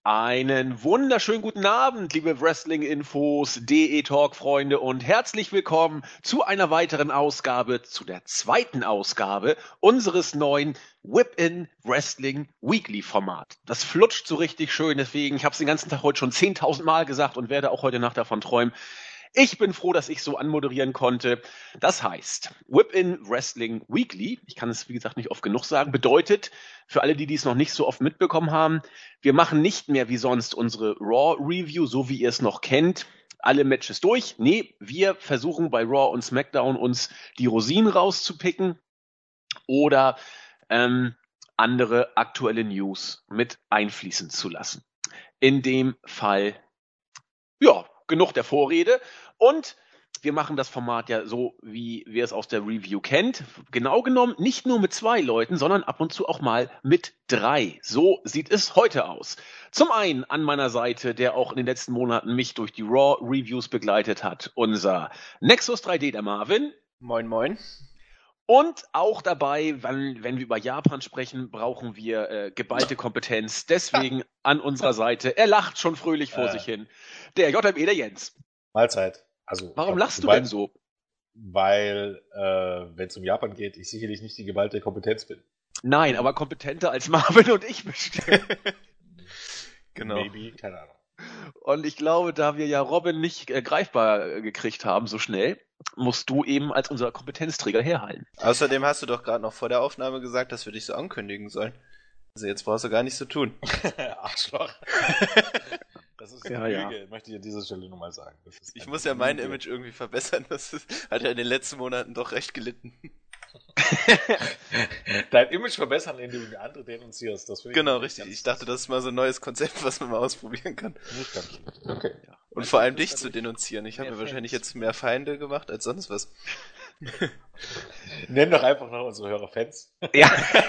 Einen wunderschönen guten Abend, liebe Wrestling-Infos, DE-Talk-Freunde und herzlich willkommen zu einer weiteren Ausgabe, zu der zweiten Ausgabe unseres neuen Whip-In Wrestling Weekly-Format. Das flutscht so richtig schön, deswegen, ich habe es den ganzen Tag heute schon 10.000 Mal gesagt und werde auch heute Nacht davon träumen. Ich bin froh, dass ich so anmoderieren konnte. Das heißt, Whip-In Wrestling Weekly, ich kann es wie gesagt nicht oft genug sagen, bedeutet, für alle, die es noch nicht so oft mitbekommen haben, wir machen nicht mehr wie sonst unsere Raw-Review, so wie ihr es noch kennt, alle Matches durch. Nee, wir versuchen bei Raw und SmackDown uns die Rosinen rauszupicken oder andere aktuelle News mit einfließen zu lassen. In dem Fall, ja, genug der Vorrede. Und wir machen das Format ja so, wie wir es aus der Review kennt. Genau genommen nicht nur mit 2 Leuten, sondern ab und zu auch mal mit 3. So sieht es heute aus. Zum einen an meiner Seite, der auch in den letzten Monaten mich durch die Raw-Reviews begleitet hat, unser Nexus 3D, der Marvin. Moin, moin. Und auch dabei, wenn wir über Japan sprechen, brauchen wir geballte Kompetenz. Deswegen an unserer Seite, er lacht schon fröhlich vor sich hin, der JME, der Jens. Mahlzeit. Also, Warum lachst du denn so? Weil, wenn es um Japan geht, ich sicherlich nicht die geballte Kompetenz bin. Nein, aber kompetenter als Marvin und ich bestimmt. Genau. Maybe, keine Ahnung. Und ich glaube, da wir ja Robin nicht greifbar gekriegt haben so schnell, musst du eben als unser Kompetenzträger herhalten. Außerdem hast du doch gerade noch vor der Aufnahme gesagt, dass wir dich so ankündigen sollen. Also jetzt brauchst du gar nichts zu tun. Arschloch. Das ist Ja, eine ja. Lüge, möchte ich an dieser Stelle nur mal sagen. Ich muss ja mein Image irgendwie verbessern. Das hat ja in den letzten Monaten doch recht gelitten. Dein Image verbessern, indem du andere denunzierst. Das Genau, richtig. Ich dachte, das ist mal so ein neues Konzept, was man mal ausprobieren kann. Nicht ganz schlecht. Okay. Ja. Und vor allem dich zu denunzieren. Ich habe mir wahrscheinlich jetzt mehr Feinde gemacht als sonst was. Nenn doch einfach noch unsere Hörer Fans. Ja.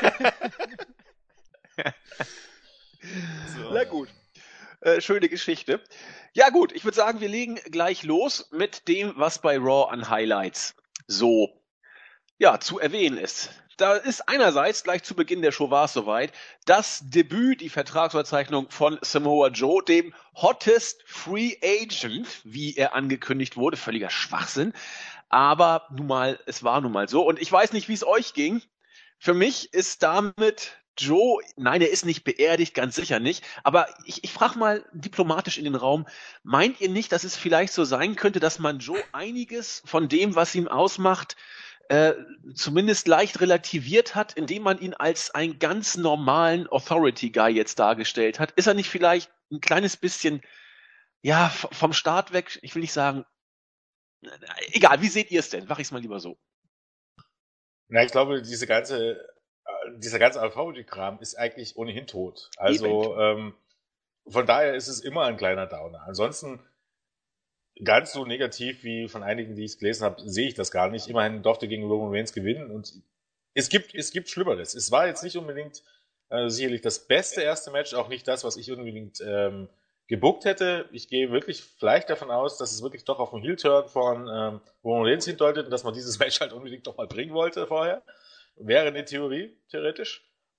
So. Na gut. Schöne Geschichte. Ja gut, ich würde sagen, wir legen gleich los mit dem, was bei Raw an Highlights so zu erwähnen ist. Da ist einerseits, gleich zu Beginn der Show war es soweit, das Debüt, die Vertragsunterzeichnung von Samoa Joe, dem Hottest Free Agent, wie er angekündigt wurde. Völliger Schwachsinn. Aber es war nun mal so. Und ich weiß nicht, wie es euch ging. Für mich ist damit Joe, nein, er ist nicht beerdigt, ganz sicher nicht. Aber ich frage mal diplomatisch in den Raum, meint ihr nicht, dass es vielleicht so sein könnte, dass man Joe einiges von dem, was ihn ausmacht, zumindest leicht relativiert hat, indem man ihn als einen ganz normalen Authority-Guy jetzt dargestellt hat? Ist er nicht vielleicht ein kleines bisschen, vom Start weg, ich will nicht sagen, egal, wie seht ihr es denn? Mach ich es mal lieber so. Na, ich glaube, dieser ganze Authority-Kram ist eigentlich ohnehin tot. Also, von daher ist es immer ein kleiner Downer. Ansonsten, ganz so negativ wie von einigen, die ich gelesen habe, sehe ich das gar nicht. Immerhin durfte gegen Roman Reigns gewinnen und es gibt Schlimmeres. Es war jetzt nicht unbedingt sicherlich das beste erste Match, auch nicht das, was ich unbedingt gebuckt hätte. Ich gehe wirklich vielleicht davon aus, dass es wirklich doch auf den Heel-Turn von Roman Reigns hindeutet und dass man dieses Match halt unbedingt doch mal bringen wollte vorher. Wäre eine Theorie, theoretisch.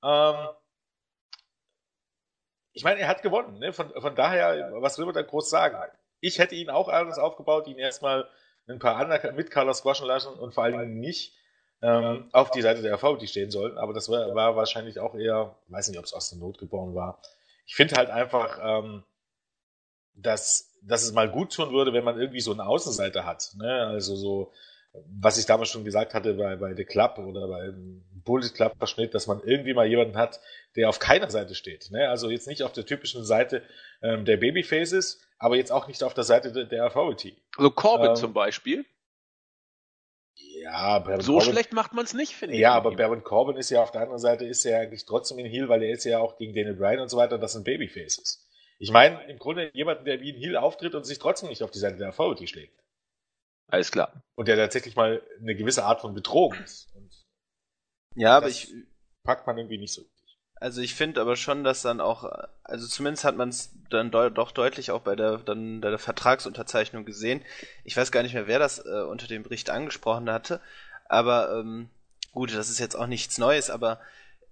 Ich meine, er hat gewonnen. Ne? Von daher, was will man da groß sagen? Ich hätte ihn auch anders aufgebaut, ihn erstmal ein paar Mid-Color squashen lassen und vor allen Dingen nicht auf die Seite der Authority stehen sollen. Aber das war wahrscheinlich auch eher, weiß nicht, ob es aus der Not geboren war. Ich finde halt einfach, dass es mal gut tun würde, wenn man irgendwie so eine Außenseite hat. Ne? Also so, was ich damals schon gesagt hatte bei The Club oder beim Bullet Club Verschnitt, dass man irgendwie mal jemanden hat, der auf keiner Seite steht. Ne? Also jetzt nicht auf der typischen Seite der Babyfaces, aber jetzt auch nicht auf der Seite der Authority. Also Corbin zum Beispiel. Ja, Baron so Corbin, schlecht macht man es nicht, finde ich. ja, aber Baron Corbin ist ja auf der anderen Seite ist ja eigentlich trotzdem ein Heel, weil er ist ja auch gegen Daniel Bryan und so weiter, das sind Babyfaces. Ich meine, im Grunde jemanden, der wie ein Heel auftritt und sich trotzdem nicht auf die Seite der Authority schlägt. Alles klar. Und der tatsächlich mal eine gewisse Art von Betrogen ist. Und Ja, aber das packt man irgendwie nicht so. Also ich finde aber schon, dass dann auch, also zumindest hat man es dann doch deutlich auch bei der Vertragsunterzeichnung gesehen. Ich weiß gar nicht mehr, wer das unter dem Bericht angesprochen hatte, aber gut, das ist jetzt auch nichts Neues, aber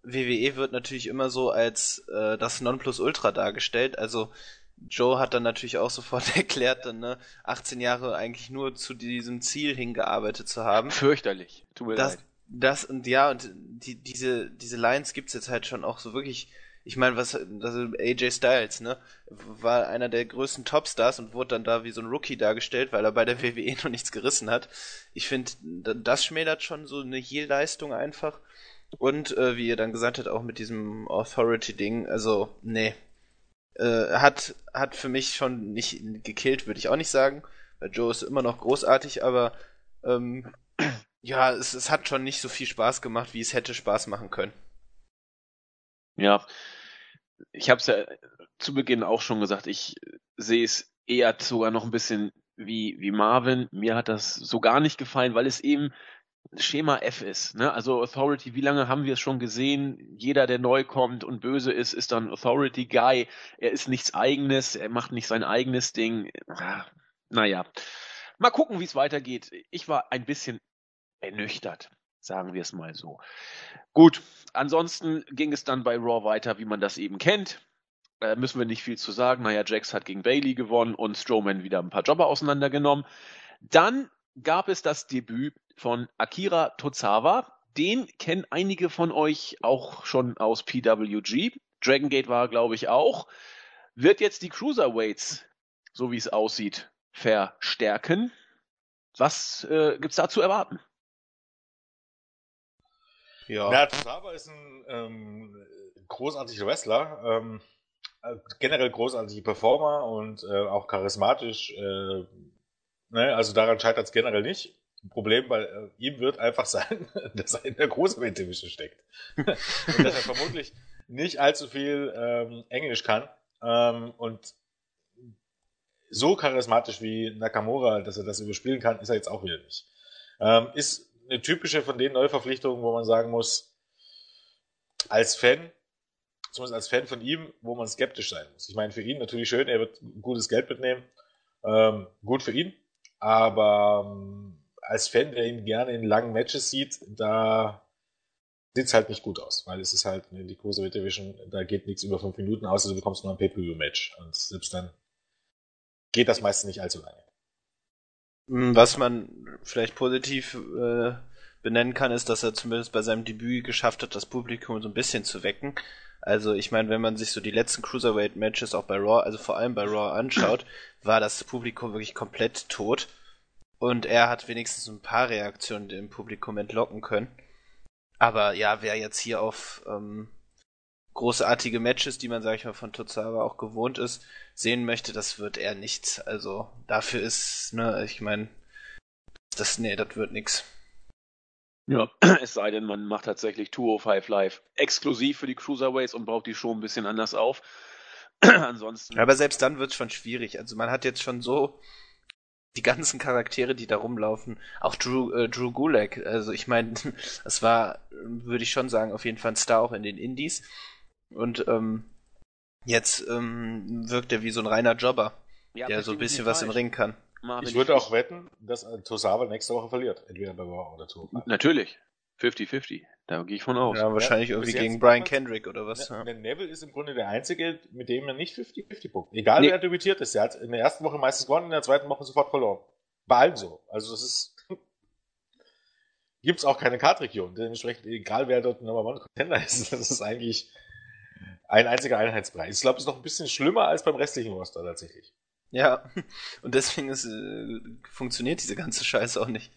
WWE wird natürlich immer so als das Nonplusultra dargestellt. Also Joe hat dann natürlich auch sofort erklärt, dann 18 Jahre eigentlich nur zu diesem Ziel hingearbeitet zu haben. Fürchterlich. Tut mir leid. Das und ja, und diese Lines gibt's jetzt halt schon auch so wirklich. Ich meine, also AJ Styles, war einer der größten Topstars und wurde dann da wie so ein Rookie dargestellt, weil er bei der WWE noch nichts gerissen hat. Ich finde, das schmälert schon so eine Heel-Leistung einfach. Und wie ihr dann gesagt habt, auch mit diesem Authority-Ding, also, nee. Hat für mich schon nicht gekillt, würde ich auch nicht sagen, weil Joe ist immer noch großartig, aber ja, es hat schon nicht so viel Spaß gemacht, wie es hätte Spaß machen können. Ja, ich habe es ja zu Beginn auch schon gesagt, ich sehe es eher sogar noch ein bisschen wie Marvin. Mir hat das so gar nicht gefallen, weil es eben Schema F ist. Ne? Also Authority, wie lange haben wir es schon gesehen? Jeder, der neu kommt und böse ist dann Authority Guy. Er ist nichts Eigenes, er macht nicht sein eigenes Ding. Naja, mal gucken, wie es weitergeht. Ich war ein bisschen ernüchtert, sagen wir es mal so. Gut, ansonsten ging es dann bei Raw weiter, wie man das eben kennt. Müssen wir nicht viel zu sagen. Naja, Jax hat gegen Bayley gewonnen und Strowman wieder ein paar Jobber auseinandergenommen. Dann gab es das Debüt von Akira Tozawa. Den kennen einige von euch auch schon aus PWG. Dragon Gate war, glaube ich, auch. Wird jetzt die Cruiserweights, so wie es aussieht, verstärken. Was gibt's da zu erwarten? Ja, Tozawa ist ein großartiger Wrestler, generell großartiger Performer und auch charismatisch. Also daran scheitert es generell nicht. Problem bei ihm wird einfach sein, dass er in der Cruiserweight Division steckt. Und dass er vermutlich nicht allzu viel Englisch kann. Und so charismatisch wie Nakamura, dass er das überspielen kann, ist er jetzt auch wieder nicht. Ist eine typische von den Neuverpflichtungen, wo man sagen muss, als Fan, zumindest als Fan von ihm, wo man skeptisch sein muss. Ich meine, für ihn natürlich schön, er wird gutes Geld mitnehmen. Gut für ihn. Aber als Fan, der ihn gerne in langen Matches sieht, da sieht es halt nicht gut aus. Weil es ist halt in die Cruiserweight Division, da geht nichts über 5 Minuten, außer du bekommst nur ein Pay-Per-View-Match. Und selbst dann geht das meistens nicht allzu lange. Was man vielleicht positiv benennen kann, ist, dass er zumindest bei seinem Debüt geschafft hat, das Publikum so ein bisschen zu wecken. Also ich meine, wenn man sich so die letzten Cruiserweight-Matches auch bei Raw, also vor allem bei Raw anschaut, war das Publikum wirklich komplett tot. Und er hat wenigstens ein paar Reaktionen im Publikum entlocken können. Aber ja, wer jetzt hier auf großartige Matches, die man, sag ich mal, von Tozawa auch gewohnt ist, sehen möchte, das wird er nicht. Also dafür ist, ich meine, das wird nix. Ja, es sei denn, man macht tatsächlich 205 Live exklusiv für die Cruiserweights und baut die Show ein bisschen anders auf. Ansonsten. Aber selbst dann wird es schon schwierig. Also man hat jetzt schon so die ganzen Charaktere, die da rumlaufen, auch Drew Gulak. Also ich meine, das war, würde ich schon sagen, auf jeden Fall ein Star auch in den Indies. Und jetzt wirkt er wie so ein reiner Jobber, ja, der so ein bisschen was im Ring kann. Ich würde auch wetten, dass Tozawa nächste Woche verliert. Entweder bei Raw oder 205. Natürlich. 50-50. Da gehe ich von aus. Ja, wahrscheinlich irgendwie gegen Brian Kendrick oder was. Ja. Neville ist im Grunde der Einzige, mit dem er nicht 50-50 punktet. Egal, wer debütiert ist. Er hat in der ersten Woche meistens gewonnen, in der zweiten Woche sofort verloren. Bei allen so. Also das ist... Gibt's auch keine Kartregion. Dementsprechend, egal wer dort Number One Contender ist, das ist eigentlich ein einziger Einheitsbrei. Ich glaube, es ist noch ein bisschen schlimmer als beim restlichen Roster tatsächlich. Ja, und deswegen funktioniert diese ganze Scheiße auch nicht.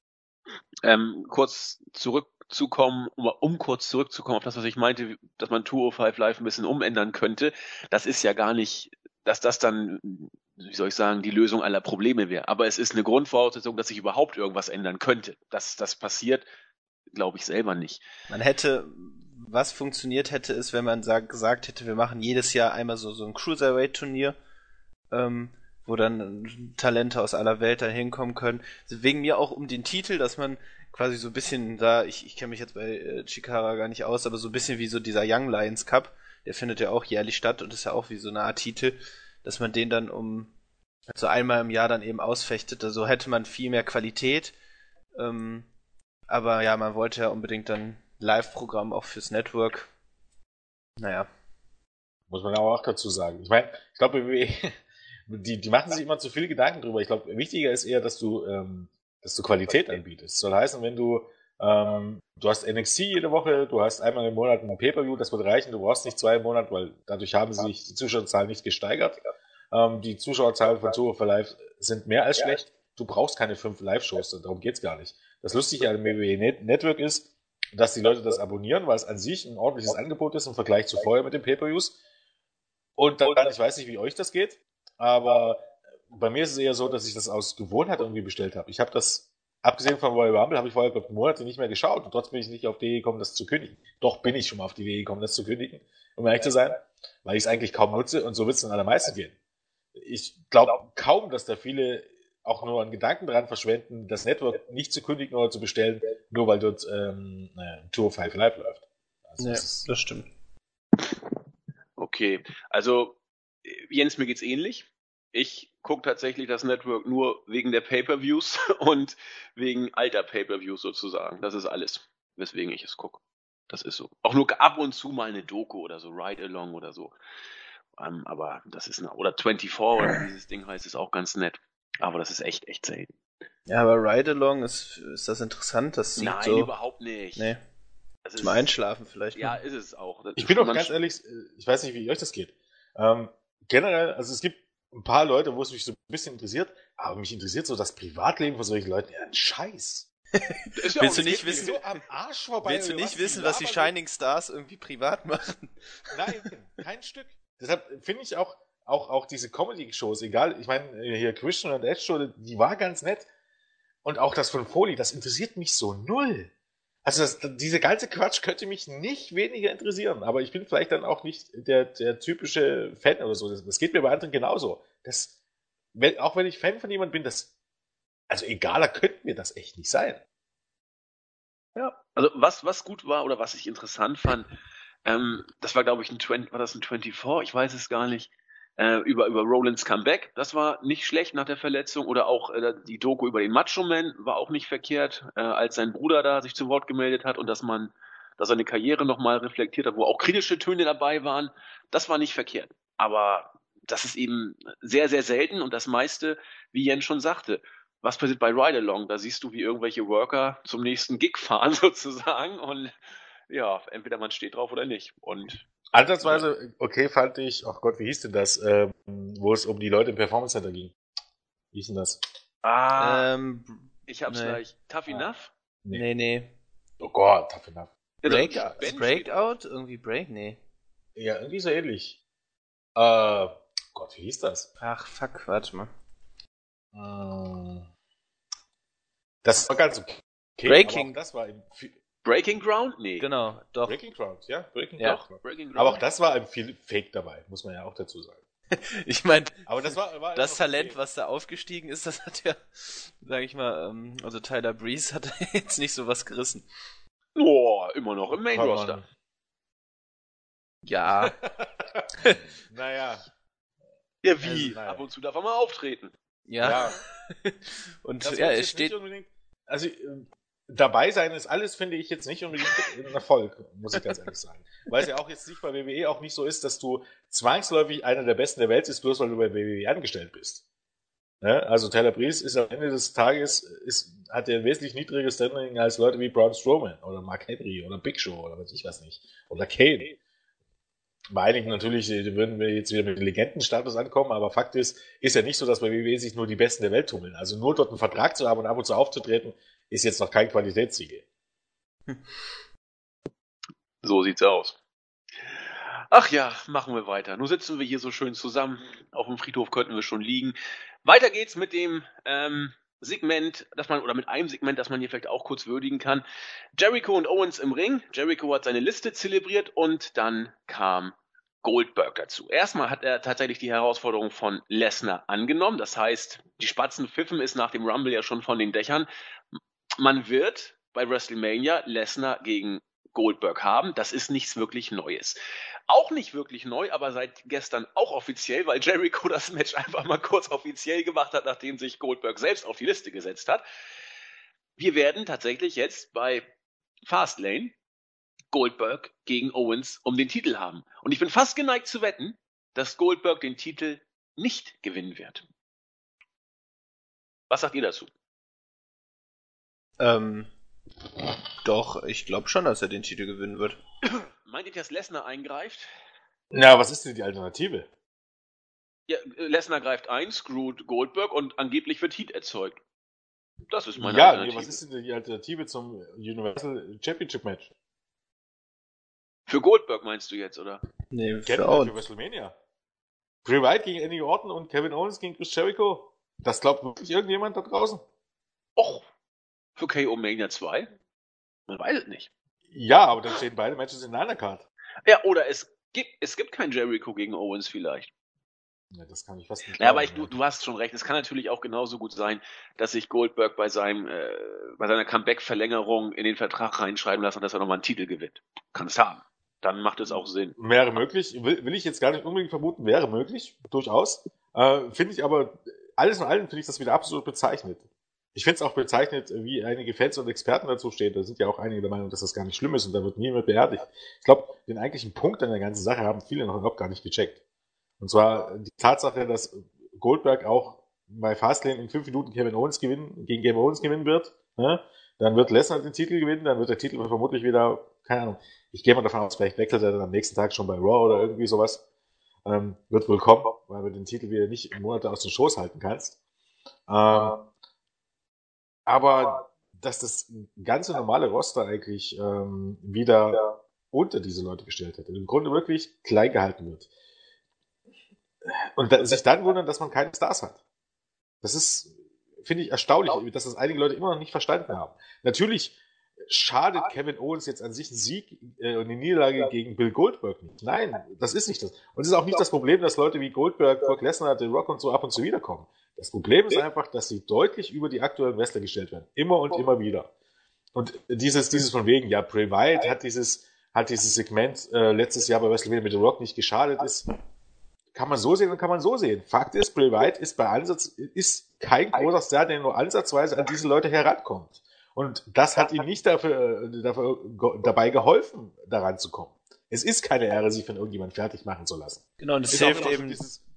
Kurz zurückzukommen auf das, was ich meinte, dass man 205 Live ein bisschen umändern könnte. Das ist ja gar nicht, dass das dann, wie soll ich sagen, die Lösung aller Probleme wäre. Aber es ist eine Grundvoraussetzung, dass sich überhaupt irgendwas ändern könnte. Dass das passiert, glaube ich selber nicht. Was funktioniert hätte, ist, wenn man gesagt hätte, wir machen jedes Jahr einmal so ein Cruiserweight-Turnier, wo dann Talente aus aller Welt da hinkommen können. Wegen mir auch um den Titel, dass man quasi so ein bisschen da, ich kenne mich jetzt bei Chikara gar nicht aus, aber so ein bisschen wie so dieser Young Lions Cup, der findet ja auch jährlich statt und ist ja auch wie so eine Art Titel, dass man den dann so einmal im Jahr dann eben ausfechtet. Also hätte man viel mehr Qualität, aber ja, man wollte ja unbedingt dann Live-Programm auch fürs Network. Naja. Muss man aber auch dazu sagen. Ich meine, ich glaube, die machen sich immer zu viel Gedanken drüber. Ich glaube, wichtiger ist eher, dass du Qualität anbietest. Das soll heißen, wenn du hast NXT jede Woche, du hast einmal im Monat ein Pay-Per-View, das wird reichen, du brauchst nicht 2 im Monat, weil dadurch haben sich die Zuschauerzahlen nicht gesteigert. Die Zuschauerzahlen von Tour for Live sind mehr als schlecht. Du brauchst keine 5 Live-Shows, darum geht's gar nicht. Das Lustige an dem WWE Network ist, dass die Leute das abonnieren, weil es an sich ein ordentliches Angebot ist im Vergleich zu vorher mit den Pay-Per-Views. Und dann, ich weiß nicht, wie euch das geht, aber bei mir ist es eher so, dass ich das aus Gewohnheit irgendwie bestellt habe. Ich habe das, abgesehen von Royal Rumble, habe ich vorher, glaube ich, Monate nicht mehr geschaut und trotzdem bin ich nicht auf die Idee gekommen, das zu kündigen. Doch bin ich schon mal auf die Idee gekommen, das zu kündigen, um ehrlich zu sein, weil ich es eigentlich kaum nutze und so wird es den allermeisten gehen. Ich glaube kaum, dass da viele auch nur einen Gedanken daran verschwenden, das Network nicht zu kündigen oder zu bestellen, nur weil dort Tour 5 Live läuft. Also Ja, das stimmt. Okay, also Jens, mir geht's ähnlich. Ich gucke tatsächlich das Network nur wegen der Pay-Per-Views und wegen alter Pay-Per-Views sozusagen. Das ist alles, weswegen ich es gucke. Das ist so. Auch nur ab und zu mal eine Doku oder so, Ride-Along oder so. Aber das ist oder 24 oder wie dieses Ding heißt, ist auch ganz nett. Aber das ist echt selten. Ja, aber Ride-Along, ist das interessant? Das sieht Nein, so... überhaupt nicht. Nee. Das Zum Einschlafen vielleicht. Ja, ist es auch. Ich bin doch ganz ehrlich, ich weiß nicht, wie euch das geht. Generell, also es gibt ein paar Leute, wo es mich so ein bisschen interessiert, aber mich interessiert so das Privatleben von solchen Leuten. Ja, ein Scheiß. Ja, willst du nicht wissen, so am Arsch vorbei, willst du nicht wissen, was die Shining Stars irgendwie privat machen? Nein, kein Stück. Deshalb finde ich auch diese Comedy-Shows, egal, ich meine, hier Christian und Edge Show, die war ganz nett. Und auch das von Foley, das interessiert mich so null. Also diese ganze Quatsch könnte mich nicht weniger interessieren, aber ich bin vielleicht dann auch nicht der typische Fan oder so. Das geht mir bei anderen genauso. Auch wenn ich Fan von jemandem bin, also egaler könnte mir das echt nicht sein. Ja, also was gut war oder was ich interessant fand, das war, glaube ich, war das ein 24? Ich weiß es gar nicht. Über Rollins Comeback, das war nicht schlecht nach der Verletzung, oder auch die Doku über den Macho Man war auch nicht verkehrt, als sein Bruder da sich zu Wort gemeldet hat und dass seine Karriere nochmal reflektiert hat, wo auch kritische Töne dabei waren, das war nicht verkehrt. Aber das ist eben sehr selten und das meiste, wie Jens schon sagte, was passiert bei Ride Along? Da siehst du, wie irgendwelche Worker zum nächsten Gig fahren sozusagen und ja, entweder man steht drauf oder nicht. Und ansatzweise, okay, fand ich, ach Gott, wie hieß denn das, wo es um die Leute im Performance Center ging? Wie hieß denn das? Ich hab's gleich. Tough Enough? Nee. Oh Gott, Tough Enough. Breakout? Irgendwie Break? Nee. Ja, irgendwie so ähnlich. Gott, wie hieß das? Ach, fuck, warte mal. Das war ganz okay. Breaking. Das war Breaking Ground? Nee. Genau, doch. Breaking Ground, ja. Breaking Ground. Aber auch das war viel Fake dabei, muss man ja auch dazu sagen. Ich meine, aber das war das Talent, was da aufgestiegen ist, das hat ja, sag ich mal, also Tyler Breeze hat jetzt nicht so was gerissen. Oh, immer noch im Main Roster. Ja. Naja. Ja, wie? Ab und zu darf er mal auftreten. Ja. Und das ja, es steht. Also, dabei sein ist alles, finde ich, jetzt nicht unbedingt ein Erfolg, muss ich ganz ehrlich sagen. Weil es ja auch jetzt nicht bei WWE auch nicht so ist, dass du zwangsläufig einer der Besten der Welt bist, bloß weil du bei WWE angestellt bist. Ja, also Tyler Breeze ist am Ende des Tages, hat er ein wesentlich niedrigeres Standing als Leute wie Braun Strowman oder Mark Henry oder Big Show oder was ich weiß nicht. Oder Kane. Bei einigen natürlich würden wir jetzt wieder mit dem Legendenstatus ankommen, aber Fakt ist ja nicht so, dass bei WWE sich nur die Besten der Welt tummeln. Also nur dort einen Vertrag zu haben und ab und zu aufzutreten, ist jetzt noch kein Qualitätssiegel. So sieht's aus. Ach ja, machen wir weiter. Nun sitzen wir hier so schön zusammen. Auf dem Friedhof könnten wir schon liegen. Weiter geht's mit dem Segment, mit einem Segment, das man hier vielleicht auch kurz würdigen kann. Jericho und Owens im Ring. Jericho hat seine Liste zelebriert und dann kam Goldberg dazu. Erstmal hat er tatsächlich die Herausforderung von Lesnar angenommen. Das heißt, die Spatzen pfiffen ist nach dem Rumble ja schon von den Dächern. Man wird bei WrestleMania Lesnar gegen Goldberg haben. Das ist nichts wirklich Neues. Auch nicht wirklich neu, aber seit gestern auch offiziell, weil Jericho das Match einfach mal kurz offiziell gemacht hat, nachdem sich Goldberg selbst auf die Liste gesetzt hat. Wir werden tatsächlich jetzt bei Fastlane Goldberg gegen Owens um den Titel haben. Und ich bin fast geneigt zu wetten, dass Goldberg den Titel nicht gewinnen wird. Was sagt ihr dazu? Doch, ich glaube schon, dass er den Titel gewinnen wird. Meint ihr, dass Lesnar eingreift? Na, was ist denn die Alternative? Ja, Lesnar greift ein, screwt Goldberg und angeblich wird Heat erzeugt. Das ist meine Ja, Alternative. was ist denn die Alternative zum Universal Championship Match? Für Goldberg meinst du jetzt, oder? Nee, Für WrestleMania. Bray Wyatt gegen Randy Orton und Kevin Owens gegen Chris Jericho? Das glaubt wirklich irgendjemand da draußen? Och, für KO Mania 2? Man weiß es nicht. Ja, aber dann stehen beide Matches in einer Card. Ja, oder es gibt kein Jericho gegen Owens vielleicht. Ja, das kann ich fast nicht Ja, aber glauben. du hast schon recht. Es kann natürlich auch genauso gut sein, dass sich Goldberg bei seiner Comeback-Verlängerung in den Vertrag reinschreiben lassen, dass er nochmal einen Titel gewinnt. Kann es haben. Dann macht es auch Sinn. Wäre möglich, will ich jetzt gar nicht unbedingt vermuten, wäre möglich, durchaus. Finde ich aber, alles in allem finde ich das wieder absolut bezeichnet. Ich finde es auch bezeichnet, wie einige Fans und Experten dazu stehen. Da sind ja auch einige der Meinung, dass das gar nicht schlimm ist und da wird niemand beerdigt. Ich glaube, den eigentlichen Punkt an der ganzen Sache haben viele noch überhaupt gar nicht gecheckt. Und zwar die Tatsache, dass Goldberg auch bei Fastlane in 5 Minuten gegen Kevin Owens gewinnen wird. Ne? Dann wird Lesnar den Titel gewinnen, dann wird der Titel vermutlich wieder, keine Ahnung, ich gehe mal davon aus, vielleicht wechselt er dann am nächsten Tag schon bei Raw oder irgendwie sowas. Wird wohl kommen, weil du den Titel wieder nicht Monate aus den Schoß halten kannst. Aber dass das ganze normale Roster eigentlich wieder unter diese Leute gestellt hat, im Grunde wirklich klein gehalten wird. Und sich dann wundern, dass man keine Stars hat. Das ist, finde ich, erstaunlich, dass das einige Leute immer noch nicht verstanden haben. Natürlich schadet Kevin Owens jetzt an sich ein Sieg und eine Niederlage gegen Bill Goldberg nicht. Nein, das ist nicht das. Und es ist auch nicht das Problem, dass Leute wie Goldberg, Brock Lesnar, The Rock und so ab und zu wiederkommen. Das Problem ist einfach, dass sie deutlich über die aktuellen Wrestler gestellt werden. Immer und immer wieder. Und dieses von wegen, ja, Bray Wyatt hat dieses Segment letztes Jahr bei WrestleMania mit The Rock nicht geschadet ist. Kann man so sehen und kann man so sehen. Fakt ist, Bray Wyatt ist kein großer Star, der nur ansatzweise an diese Leute herankommt. Und das hat ihm nicht dabei geholfen, daran zu kommen. Es ist keine Ehre, sich von irgendjemandem fertig machen zu lassen. Genau, und es hilft eben,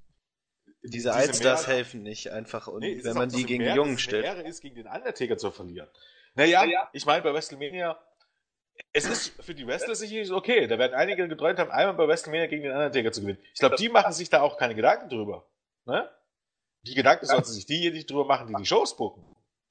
diese Allstars helfen nicht einfach, und wenn man die gegen die Jungen stellt. Ehre ist, gegen den Undertaker zu verlieren. Naja, ich meine, bei WrestleMania, es ist für die Wrestler sicherlich okay. Da werden einige geträumt haben, einmal bei WrestleMania gegen den Undertaker zu gewinnen. Ich glaube, die machen sich da auch keine Gedanken drüber. Ne? Die Gedanken sollten sich diejenigen drüber machen, die Shows booken.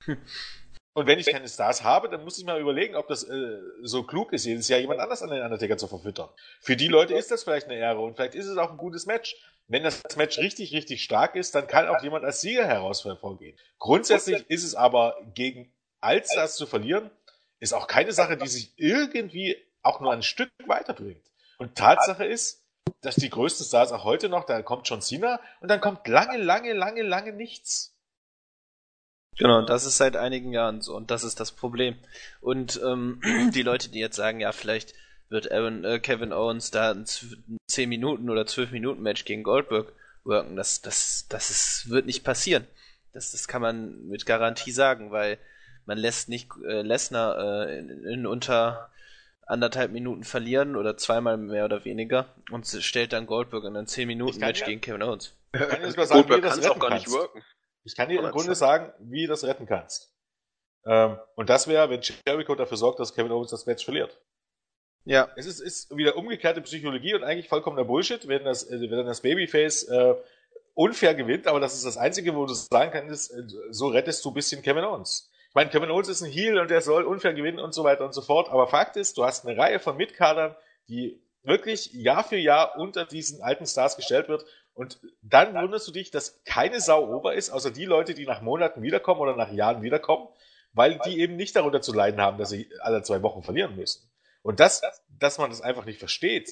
Und wenn ich keine Stars habe, dann muss ich mal überlegen, ob das so klug ist, jedes Jahr jemand anders an den Undertaker zu verfüttern. Für die Leute ist das vielleicht eine Ehre und vielleicht ist es auch ein gutes Match. Wenn das Match richtig, richtig stark ist, dann kann auch jemand als Sieger hervorgehen. Grundsätzlich ist es aber, gegen Allstars zu verlieren, ist auch keine Sache, die sich irgendwie auch nur ein Stück weiterbringt. Und Tatsache ist, dass die größten Stars auch heute noch, da kommt John Cena und dann kommt lange nichts. Genau, das ist seit einigen Jahren so und das ist das Problem. Und die Leute, die jetzt sagen, ja, vielleicht wird Kevin Owens da ein 10 Minuten oder 12 Minuten Match gegen Goldberg worken, das wird nicht passieren. Das kann man mit Garantie sagen, weil man lässt nicht Lesnar in unter 1,5 Minuten verlieren oder zweimal mehr oder weniger und stellt dann Goldberg in einem 10 Minuten Match gegen Kevin Owens. Goldberg kann es auch gar nicht worken. Ich kann dir im Grunde sagen, wie du das retten kannst. Und das wäre, wenn Jericho dafür sorgt, dass Kevin Owens das Match verliert. Ja. Es ist wieder umgekehrte Psychologie und eigentlich vollkommener Bullshit, wenn dann das Babyface unfair gewinnt, aber das ist das Einzige, wo du sagen kannst, so rettest du ein bisschen Kevin Owens. Ich meine, Kevin Owens ist ein Heel und der soll unfair gewinnen und so weiter und so fort, aber Fakt ist, du hast eine Reihe von Mitkadern, die wirklich Jahr für Jahr unter diesen alten Stars gestellt wird. Und dann wunderst du dich, dass keine Sau ober ist, außer die Leute, die nach Monaten wiederkommen oder nach Jahren wiederkommen, weil die eben nicht darunter zu leiden haben, dass sie alle 2 Wochen verlieren müssen. Und dass man das einfach nicht versteht,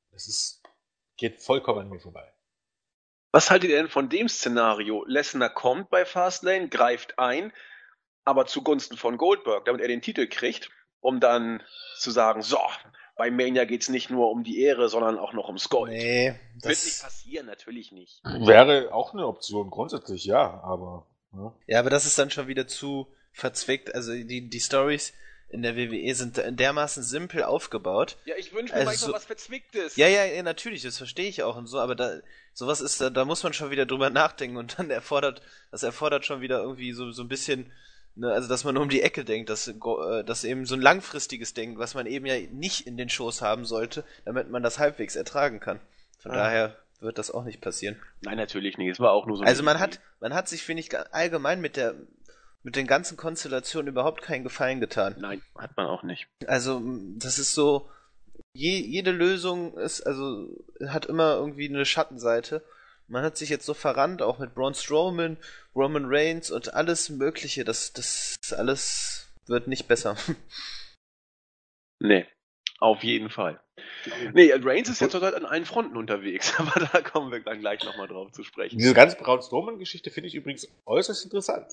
geht vollkommen an mir vorbei. Was haltet ihr denn von dem Szenario? Lesnar kommt bei Fastlane, greift ein, aber zugunsten von Goldberg, damit er den Titel kriegt, um dann zu sagen, so, bei Mania geht's nicht nur um die Ehre, sondern auch noch ums Gold. Nee, wird nicht passieren, natürlich nicht. Wäre auch eine Option, grundsätzlich ja, aber... Ja, aber das ist dann schon wieder zu verzwickt. Also die Storys, in der WWE sind dermaßen simpel aufgebaut. Ja, ich wünsche mir Also manchmal was Verzwicktes. Ja, natürlich, das verstehe ich auch und so, aber sowas ist, da muss man schon wieder drüber nachdenken und dann das erfordert schon wieder irgendwie so ein bisschen, ne, also dass man um die Ecke denkt, dass eben so ein langfristiges Denken, was man eben ja nicht in den Shows haben sollte, damit man das halbwegs ertragen kann. Von daher wird das auch nicht passieren. Nein, natürlich nicht. Es war auch nur so. Also man hat sich, finde ich, allgemein mit den ganzen Konstellationen überhaupt keinen Gefallen getan. Nein, hat man auch nicht. Also, das ist so, jede Lösung hat immer irgendwie eine Schattenseite. Man hat sich jetzt so verrannt, auch mit Braun Strowman, Roman Reigns und alles Mögliche. Das alles wird nicht besser. Nee, auf jeden Fall. Nee, Reigns ist ja zurzeit an allen Fronten unterwegs, aber da kommen wir dann gleich nochmal drauf zu sprechen. Diese ganze Braun Strowman-Geschichte finde ich übrigens äußerst interessant.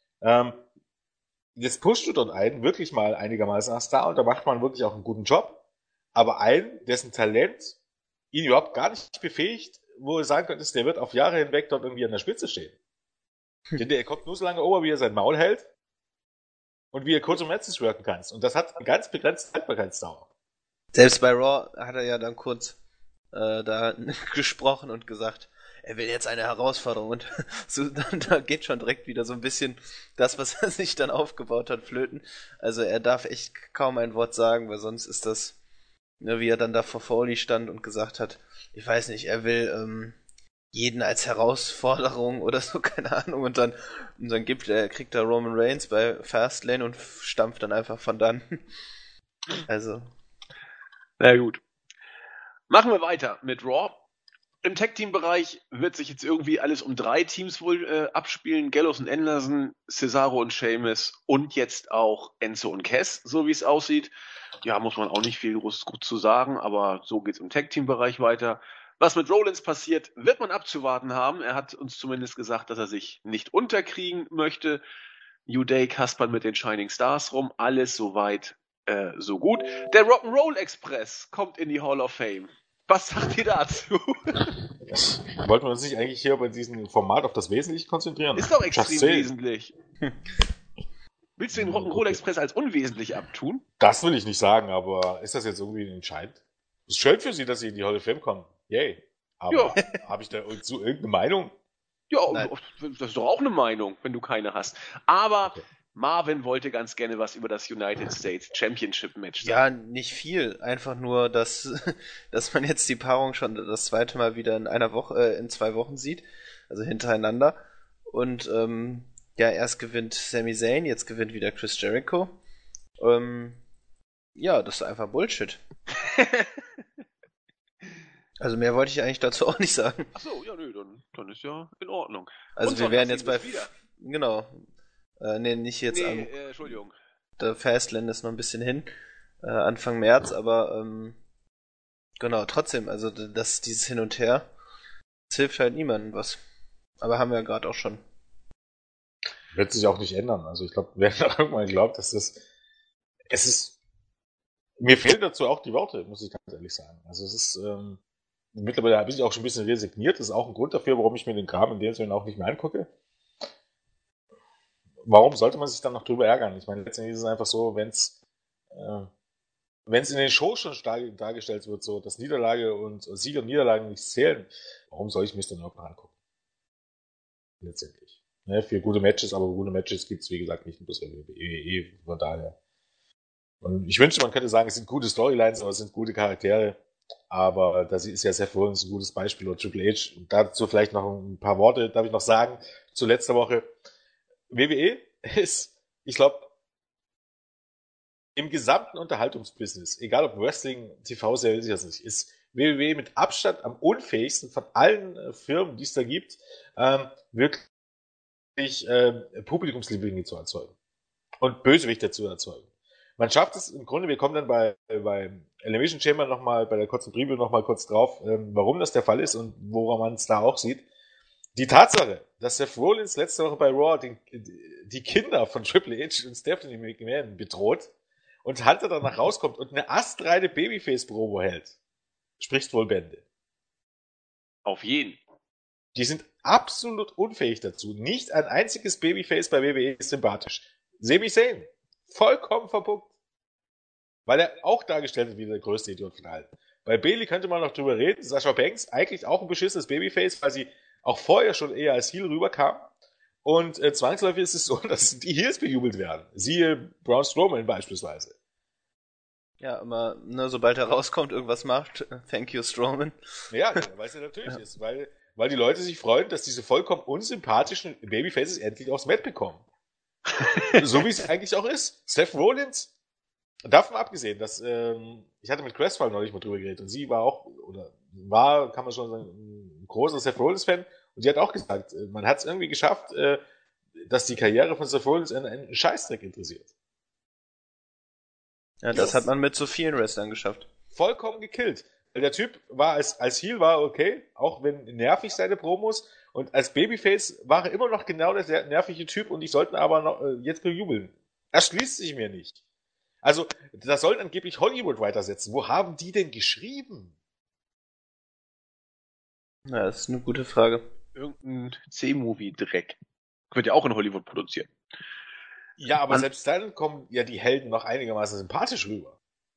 Jetzt pushst du dort einen wirklich mal einigermaßen als Star und da macht man wirklich auch einen guten Job. Aber einen, dessen Talent ihn überhaupt gar nicht befähigt, wo du sagen könntest, der wird auf Jahre hinweg dort irgendwie an der Spitze stehen. Denn der kommt nur so lange over, wie er sein Maul hält und wie er kurze Matches worken kann. Und das hat eine ganz begrenzte Haltbarkeitsdauer. Selbst bei Raw hat er ja dann kurz da gesprochen und gesagt, er will jetzt eine Herausforderung und so, da geht schon direkt wieder so ein bisschen das, was er sich dann aufgebaut hat, flöten. Also er darf echt kaum ein Wort sagen, weil sonst ist das, ne, wie er dann da vor Foley stand und gesagt hat, ich weiß nicht, er will jeden als Herausforderung oder so, keine Ahnung, und dann kriegt er Roman Reigns bei Fastlane und stampft dann einfach von dann. Also. Na gut. Machen wir weiter mit Raw. Im Tag-Team-Bereich wird sich jetzt irgendwie alles um 3 Teams wohl abspielen. Gallows und Anderson, Cesaro und Sheamus und jetzt auch Enzo und Cass, so wie es aussieht. Ja, muss man auch nicht viel groß gut zu sagen, aber so geht's im Tag-Team-Bereich weiter. Was mit Rollins passiert, wird man abzuwarten haben. Er hat uns zumindest gesagt, dass er sich nicht unterkriegen möchte. New Day kaspert mit den Shining Stars rum. Alles soweit so gut. Der Rock'n'Roll Express kommt in die Hall of Fame. Was sagt ihr dazu? Wollten wir uns nicht eigentlich hier bei diesem Format auf das Wesentliche konzentrieren? Ist doch extrem wesentlich. Willst du den Rock'n'Roll Express als unwesentlich abtun? Das will ich nicht sagen, aber ist das jetzt irgendwie entscheidend? Es ist schön für Sie, dass Sie in die Hall of Fame kommen. Yay. Aber habe ich da so irgendeine Meinung? Ja, das ist doch auch eine Meinung, wenn du keine hast. Aber okay. Marvin wollte ganz gerne was über das United States Championship Match sagen. Ja, nicht viel. Einfach nur, dass man jetzt die Paarung schon das zweite Mal wieder in 2 Wochen sieht. Also hintereinander. Und erst gewinnt Sami Zayn, jetzt gewinnt wieder Chris Jericho. Ja, das ist einfach Bullshit. Also mehr wollte ich eigentlich dazu auch nicht sagen. Achso, ja, nö, dann ist ja in Ordnung. Also wir wären jetzt bei... Genau. Nee, nicht jetzt am... Entschuldigung. Der Fastlane ist noch ein bisschen hin. Anfang März, aber genau, trotzdem, also dieses Hin und Her, das hilft halt niemandem was. Aber haben wir ja gerade auch schon. Wird sich auch nicht ändern. Also ich glaube, wer noch irgendwann glaubt, dass es ist... Mir fehlen dazu auch die Worte, muss ich ganz ehrlich sagen. Also es ist... mittlerweile habe ich auch schon ein bisschen resigniert. Das ist auch ein Grund dafür, warum ich mir den Kram in dem Sinne auch nicht mehr angucke. Warum sollte man sich dann noch drüber ärgern? Ich meine, letztendlich ist es einfach so, wenn es in den Shows schon dargestellt wird, so dass Niederlage und Sieg und Niederlagen nicht zählen, warum soll ich mir das dann auch noch angucken? Letztendlich. Ne, für gute Matches, aber gute Matches gibt es, wie gesagt, nicht bloß WWE, von daher. Und ich wünschte, man könnte sagen, es sind gute Storylines, aber es sind gute Charaktere. Aber das ist ja Seth Rollins ein gutes Beispiel oder Triple H. Und dazu vielleicht noch ein paar Worte, darf ich noch sagen, zu letzter Woche. WWE ist, ich glaube, im gesamten Unterhaltungsbusiness, egal ob Wrestling, TV-Serie, ich das nicht, ist WWE mit Abstand am unfähigsten von allen Firmen, die es da gibt, wirklich Publikumslieblinge zu erzeugen und Bösewichte zu erzeugen. Man schafft es im Grunde, wir kommen dann bei Elimination Chamber nochmal, bei der kurzen Preview nochmal kurz drauf, warum das der Fall ist und woran man es da auch sieht. Die Tatsache, dass Seth Rollins letzte Woche bei Raw die Kinder von Triple H und Stephanie McMahon bedroht und Hunter danach rauskommt und eine astreine Babyface-Promo hält, spricht wohl Bände. Auf jeden. Die sind absolut unfähig dazu. Nicht ein einziges Babyface bei WWE ist sympathisch. Sami Zayn, vollkommen verpumpt. weil er auch dargestellt wird wie der größte Idiot von allen. Bei Bayley könnte man noch drüber reden. Sasha Banks, eigentlich auch ein beschissenes Babyface, weil sie auch vorher schon eher als Heel rüberkam. Und zwangsläufig ist es so, dass die Heels bejubelt werden. Siehe Braun Strowman beispielsweise. Ja, immer, ne, sobald er rauskommt, irgendwas macht, thank you, Strowman. Ja, weil es ja natürlich ist. Weil die Leute sich freuen, dass diese vollkommen unsympathischen Babyfaces endlich aufs Mat bekommen. So wie es eigentlich auch ist. Seth Rollins, davon abgesehen, dass ich hatte mit Crestfall neulich mal drüber geredet und sie war auch, oder war, kann man schon sagen, ein großer Seth Rollins-Fan und die hat auch gesagt, man hat es irgendwie geschafft, dass die Karriere von Seth Rollins einen Scheißdreck interessiert. Ja, das hat man mit so vielen Wrestlern geschafft. Vollkommen gekillt. Der Typ war als Heel war okay, auch wenn nervig seine Promos, und als Babyface war er immer noch genau der sehr nervige Typ und ich sollte aber noch jetzt bejubeln. Das schließt sich mir nicht. Also, da sollen angeblich Hollywood-Writer setzen. Wo haben die denn geschrieben? Ja, das ist eine gute Frage. Irgendein C-Movie-Dreck. Wird ja auch in Hollywood produziert. Ja, aber selbst dann kommen ja die Helden noch einigermaßen sympathisch rüber.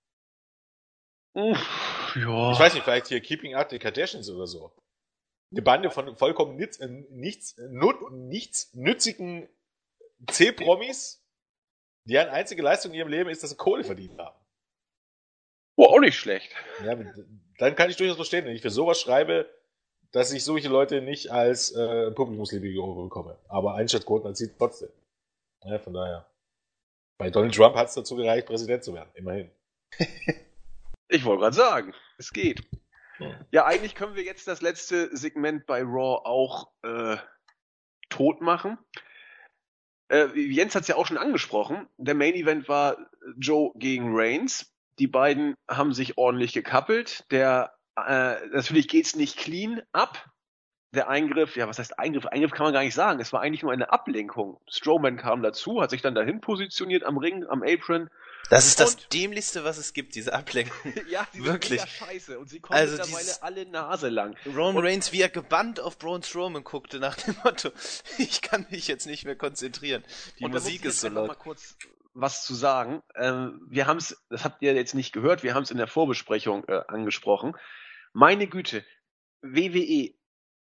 Ja. Ich weiß nicht, vielleicht hier Keeping Up the Kardashians oder so. Eine Bande von vollkommen nichts nützigen C-Promis, deren einzige Leistung in ihrem Leben ist, dass sie Kohle verdient haben. Oh, auch nicht schlecht. Ja, dann kann ich durchaus verstehen, wenn ich für sowas schreibe, dass ich solche Leute nicht als Publikumsliebige bekomme. Aber Einschaltquoten erzielt trotzdem. Ja, von daher. Bei Donald Trump hat es dazu gereicht, Präsident zu werden. Immerhin. Ich wollte gerade sagen, es geht. Ja, eigentlich können wir jetzt das letzte Segment bei Raw auch tot machen. Jens hat es ja auch schon angesprochen. Der Main Event war Joe gegen Reigns. Die beiden haben sich ordentlich gekappelt. Natürlich geht's nicht clean ab. Der Eingriff, ja, was heißt Eingriff? Eingriff kann man gar nicht sagen. Es war eigentlich nur eine Ablenkung. Strowman kam dazu, hat sich dann dahin positioniert am Ring, am Apron. Das ist das Dämlichste, was es gibt, diese Ablenkung. Ja, die wirklich sind mega scheiße. Und sie kommen mittlerweile alle Nase lang. Roman Reigns, wie er gebannt auf Braun Strowman guckte, nach dem Motto, ich kann mich jetzt nicht mehr konzentrieren. Die Musik ist so laut. Mal kurz was zu sagen. Wir haben es, das habt ihr jetzt nicht gehört, wir haben es in der Vorbesprechung angesprochen. Meine Güte, WWE.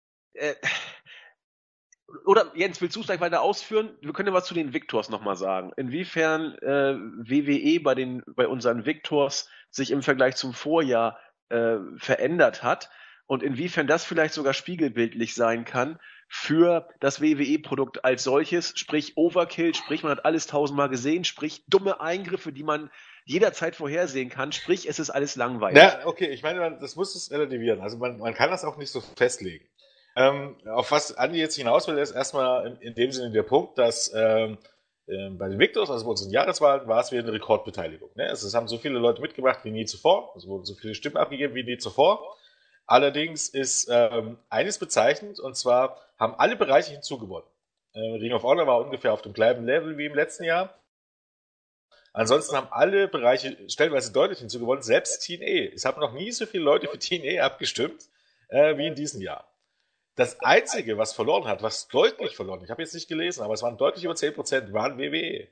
Oder Jens, willst du es gleich weiter ausführen? Wir können ja was zu den Victors nochmal sagen. Inwiefern WWE bei unseren Victors sich im Vergleich zum Vorjahr verändert hat und inwiefern das vielleicht sogar spiegelbildlich sein kann für das WWE-Produkt als solches, sprich Overkill, sprich man hat alles 1000-mal gesehen, sprich dumme Eingriffe, die man jederzeit vorhersehen kann, sprich es ist alles langweilig. Ja, okay, ich meine, das muss es relativieren. Also man kann das auch nicht so festlegen. Auf was Andi jetzt hinaus will, ist erstmal in dem Sinne der Punkt, dass bei den Victors, also bei unseren Jahreswahlen, war es wieder eine Rekordbeteiligung. Ne? Also es haben so viele Leute mitgebracht wie nie zuvor, es wurden so viele Stimmen abgegeben wie nie zuvor. Allerdings ist eines bezeichnend, und zwar haben alle Bereiche hinzugewonnen. Ring of Honor war ungefähr auf dem gleichen Level wie im letzten Jahr. Ansonsten haben alle Bereiche stellenweise deutlich hinzugewonnen, selbst TNA. Es haben noch nie so viele Leute für TNA abgestimmt wie in diesem Jahr. Das Einzige, was verloren hat, was deutlich verloren, ich habe jetzt nicht gelesen, aber es waren deutlich über 10%, waren WWE.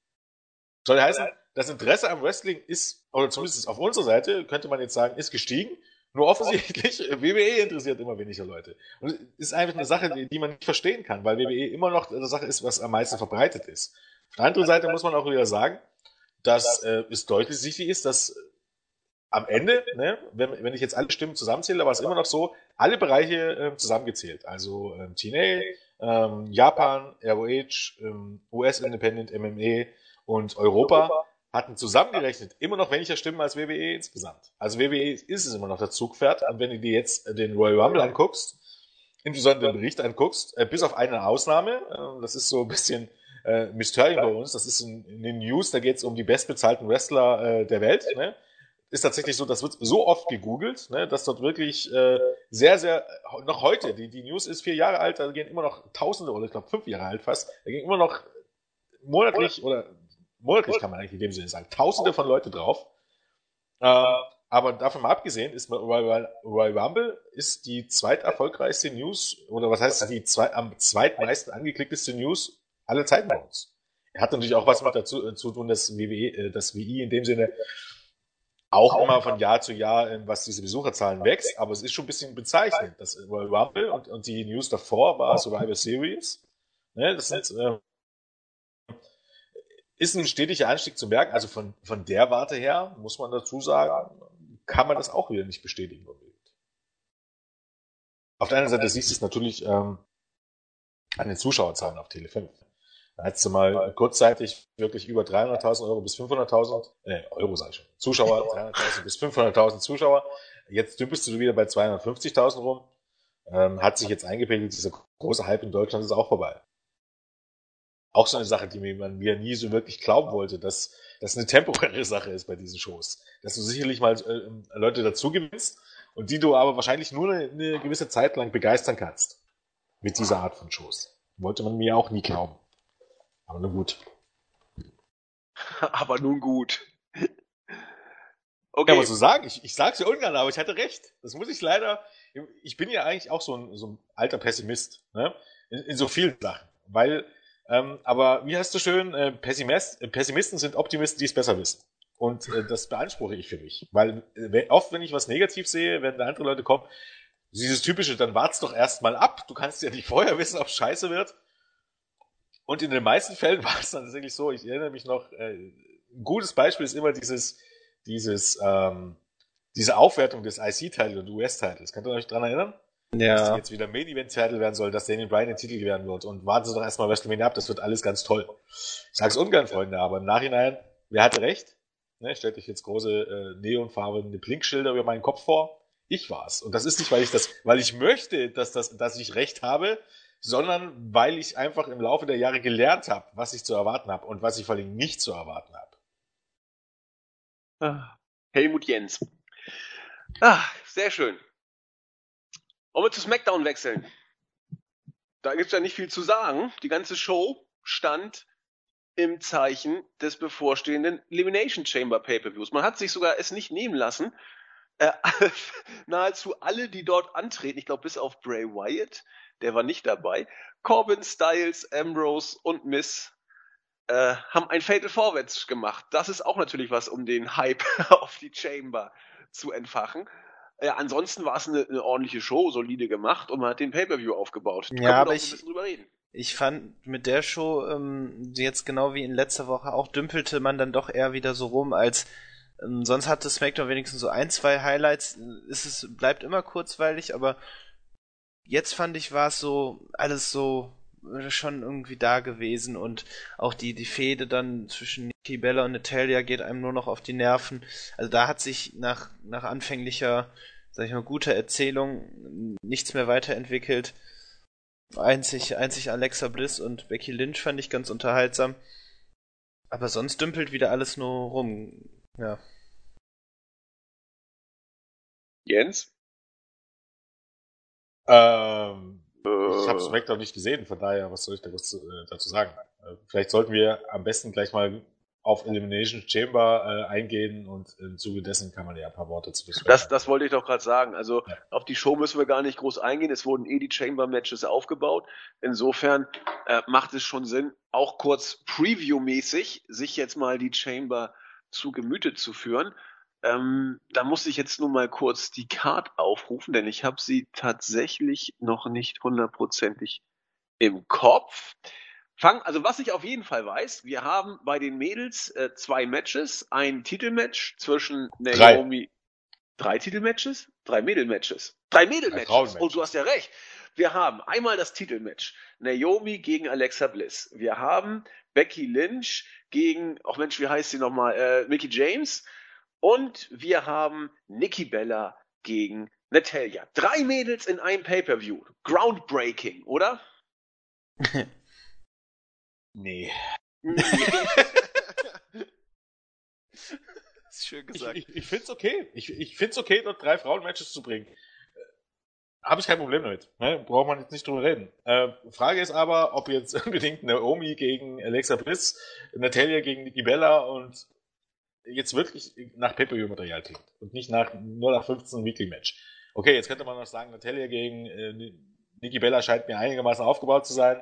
Soll heißen, das Interesse am Wrestling ist, oder zumindest auf unserer Seite, könnte man jetzt sagen, ist gestiegen. Nur offensichtlich, WWE interessiert immer weniger Leute. Und es ist einfach eine Sache, die man nicht verstehen kann, weil WWE immer noch eine Sache ist, was am meisten verbreitet ist. Auf der anderen Seite muss man auch wieder sagen, dass es deutlich sichtlich ist, dass am Ende, ne, wenn ich jetzt alle Stimmen zusammenzähle, war es immer noch so, alle Bereiche zusammengezählt. Also TNA, Japan, ROH, US Independent, MMA und Europa hatten zusammengerechnet immer noch weniger Stimmen als WWE insgesamt. Also WWE ist es immer noch das Zugpferd. Und wenn du dir jetzt den Royal Rumble anguckst, insbesondere den Bericht anguckst, bis auf eine Ausnahme, das ist so ein bisschen Mysterium bei uns, das ist in den News, da geht es um die bestbezahlten Wrestler der Welt, ne? Ist tatsächlich so, das wird so oft gegoogelt, ne, dass dort wirklich sehr, sehr, noch heute, die News ist 4 Jahre alt, da gehen immer noch Tausende, oder ich glaube 5 Jahre alt fast, da gehen immer noch monatlich kann man eigentlich in dem Sinne sagen, Tausende von Leute drauf. Aber davon mal abgesehen, ist Royal Rumble ist die zweiterfolgreichste News, oder was heißt die am zweitmeisten angeklickteste News aller Zeiten bei uns. Er hat natürlich auch was mit dazu zu tun, dass WI in dem Sinne auch immer von Jahr zu Jahr, was diese Besucherzahlen wächst, aber es ist schon ein bisschen bezeichnend. Das Royal Rumble und die News davor war Survivor Series. Ne, das sind, ist ein stetiger Anstieg zu merken. Also von der Warte her, muss man dazu sagen, kann man das auch wieder nicht bestätigen. Auf der einen Seite siehst du es natürlich an den Zuschauerzahlen auf Tele5. Da hattest du mal kurzzeitig wirklich über 300.000 Euro bis 500.000, Euro sag ich schon, Zuschauer, 300.000 bis 500.000 Zuschauer. Jetzt dümpelst du wieder bei 250.000 rum. Hat sich jetzt eingependelt, dieser große Hype in Deutschland ist auch vorbei. Auch so eine Sache, die man mir nie so wirklich glauben wollte, dass das eine temporäre Sache ist bei diesen Shows. Dass du sicherlich mal Leute dazu gewinnst und die du aber wahrscheinlich nur eine gewisse Zeit lang begeistern kannst. Mit dieser Art von Shows. Wollte man mir auch nie glauben. Aber nun gut. Aber nun gut. Okay. Ja, aber so sagen, ich sag's ja ungern, aber ich hatte recht. Das muss ich leider, ich bin ja eigentlich auch so ein alter Pessimist, ne? In so vielen Sachen. Weil, aber wie hast du schön, Pessimisten sind Optimisten, die es besser wissen. Und das beanspruche ich für mich. Weil oft, wenn ich was negativ sehe, wenn da andere Leute kommen, dieses typische, dann wart's doch erstmal ab. Du kannst ja nicht vorher wissen, ob es scheiße wird. Und in den meisten Fällen war es dann tatsächlich so, ich erinnere mich noch, ein gutes Beispiel ist immer diese Aufwertung des IC-Titles und US-Titles. Könnt ihr euch dran erinnern? Ja. Dass die jetzt wieder Main-Event-Title werden soll, dass Daniel Bryan den Titel gewähren wird. Und warten Sie doch erstmal WrestleMania ab, das wird alles ganz toll. Ich sag's ungern, Freunde, aber im Nachhinein, wer hatte recht? Ne, stellt euch jetzt große neonfarbene Blinkschilder über meinen Kopf vor. Ich war's. Und das ist nicht, weil ich möchte, dass ich recht habe, sondern weil ich einfach im Laufe der Jahre gelernt habe, was ich zu erwarten habe und was ich vor allem nicht zu erwarten habe. Helmut Jens. Sehr schön. Wollen wir zu SmackDown wechseln? Da gibt's ja nicht viel zu sagen. Die ganze Show stand im Zeichen des bevorstehenden Elimination Chamber Pay-Per-Views. Man hat sich sogar es nicht nehmen lassen. Nahezu alle, die dort antreten, ich glaube bis auf Bray Wyatt, der war nicht dabei, Corbin, Styles, Ambrose und Miz haben ein Fatal Forward gemacht. Das ist auch natürlich was, um den Hype auf die Chamber zu entfachen. Ansonsten war es eine ordentliche Show, solide gemacht und man hat den Pay-Per-View aufgebaut. Ja, aber ein bisschen drüber reden. Ich fand mit der Show, jetzt genau wie in letzter Woche auch, dümpelte man dann doch eher wieder so rum, als sonst hatte SmackDown wenigstens so ein, zwei Highlights. Bleibt immer kurzweilig, aber jetzt fand ich, war es so alles so schon irgendwie da gewesen und auch die Fehde dann zwischen Nikki Bella und Natalya geht einem nur noch auf die Nerven. Also da hat sich nach anfänglicher, sag ich mal, guter Erzählung nichts mehr weiterentwickelt. Einzig Alexa Bliss und Becky Lynch fand ich ganz unterhaltsam. Aber sonst dümpelt wieder alles nur rum. Ja. Jens? Ich habe SmackDown nicht gesehen, von daher, was soll ich dazu sagen? Vielleicht sollten wir am besten gleich mal auf Elimination Chamber eingehen und im Zuge dessen kann man ja ein paar Worte zu besprechen. Das wollte ich doch gerade sagen. Also auf die Show müssen wir gar nicht groß eingehen. Es wurden die Chamber-Matches aufgebaut. Insofern macht es schon Sinn, auch kurz Preview-mäßig sich jetzt mal die Chamber zu Gemüte zu führen. Da muss ich jetzt nur mal kurz die Card aufrufen, denn ich habe sie tatsächlich noch nicht hundertprozentig im Kopf. Also was ich auf jeden Fall weiß, wir haben bei den Mädels 2 Matches, ein Titelmatch zwischen Naomi. 3 Titelmatches? 3 Mädelmatches. 3 Mädelmatches. Und du hast ja recht. Wir haben einmal das Titelmatch. Naomi gegen Alexa Bliss. Wir haben Becky Lynch gegen, wie heißt sie nochmal? Mickie James. Und wir haben Nikki Bella gegen Natalya. 3 Mädels in einem Pay-Per-View. Groundbreaking, oder? Nee. Ist schön gesagt. Ich find's okay. Ich find's okay, dort 3 Frauen-Matches zu bringen. Habe ich kein Problem damit. Ne? Braucht man jetzt nicht drüber reden. Frage ist aber, ob jetzt unbedingt Naomi gegen Alexa Bliss, Natalya gegen Nikki Bella und jetzt wirklich nach Pay-Per-View-Material klingt. Und nicht nur nach 15 Weekly-Match. Okay, jetzt könnte man noch sagen, Natalya gegen Nikki Bella scheint mir einigermaßen aufgebaut zu sein.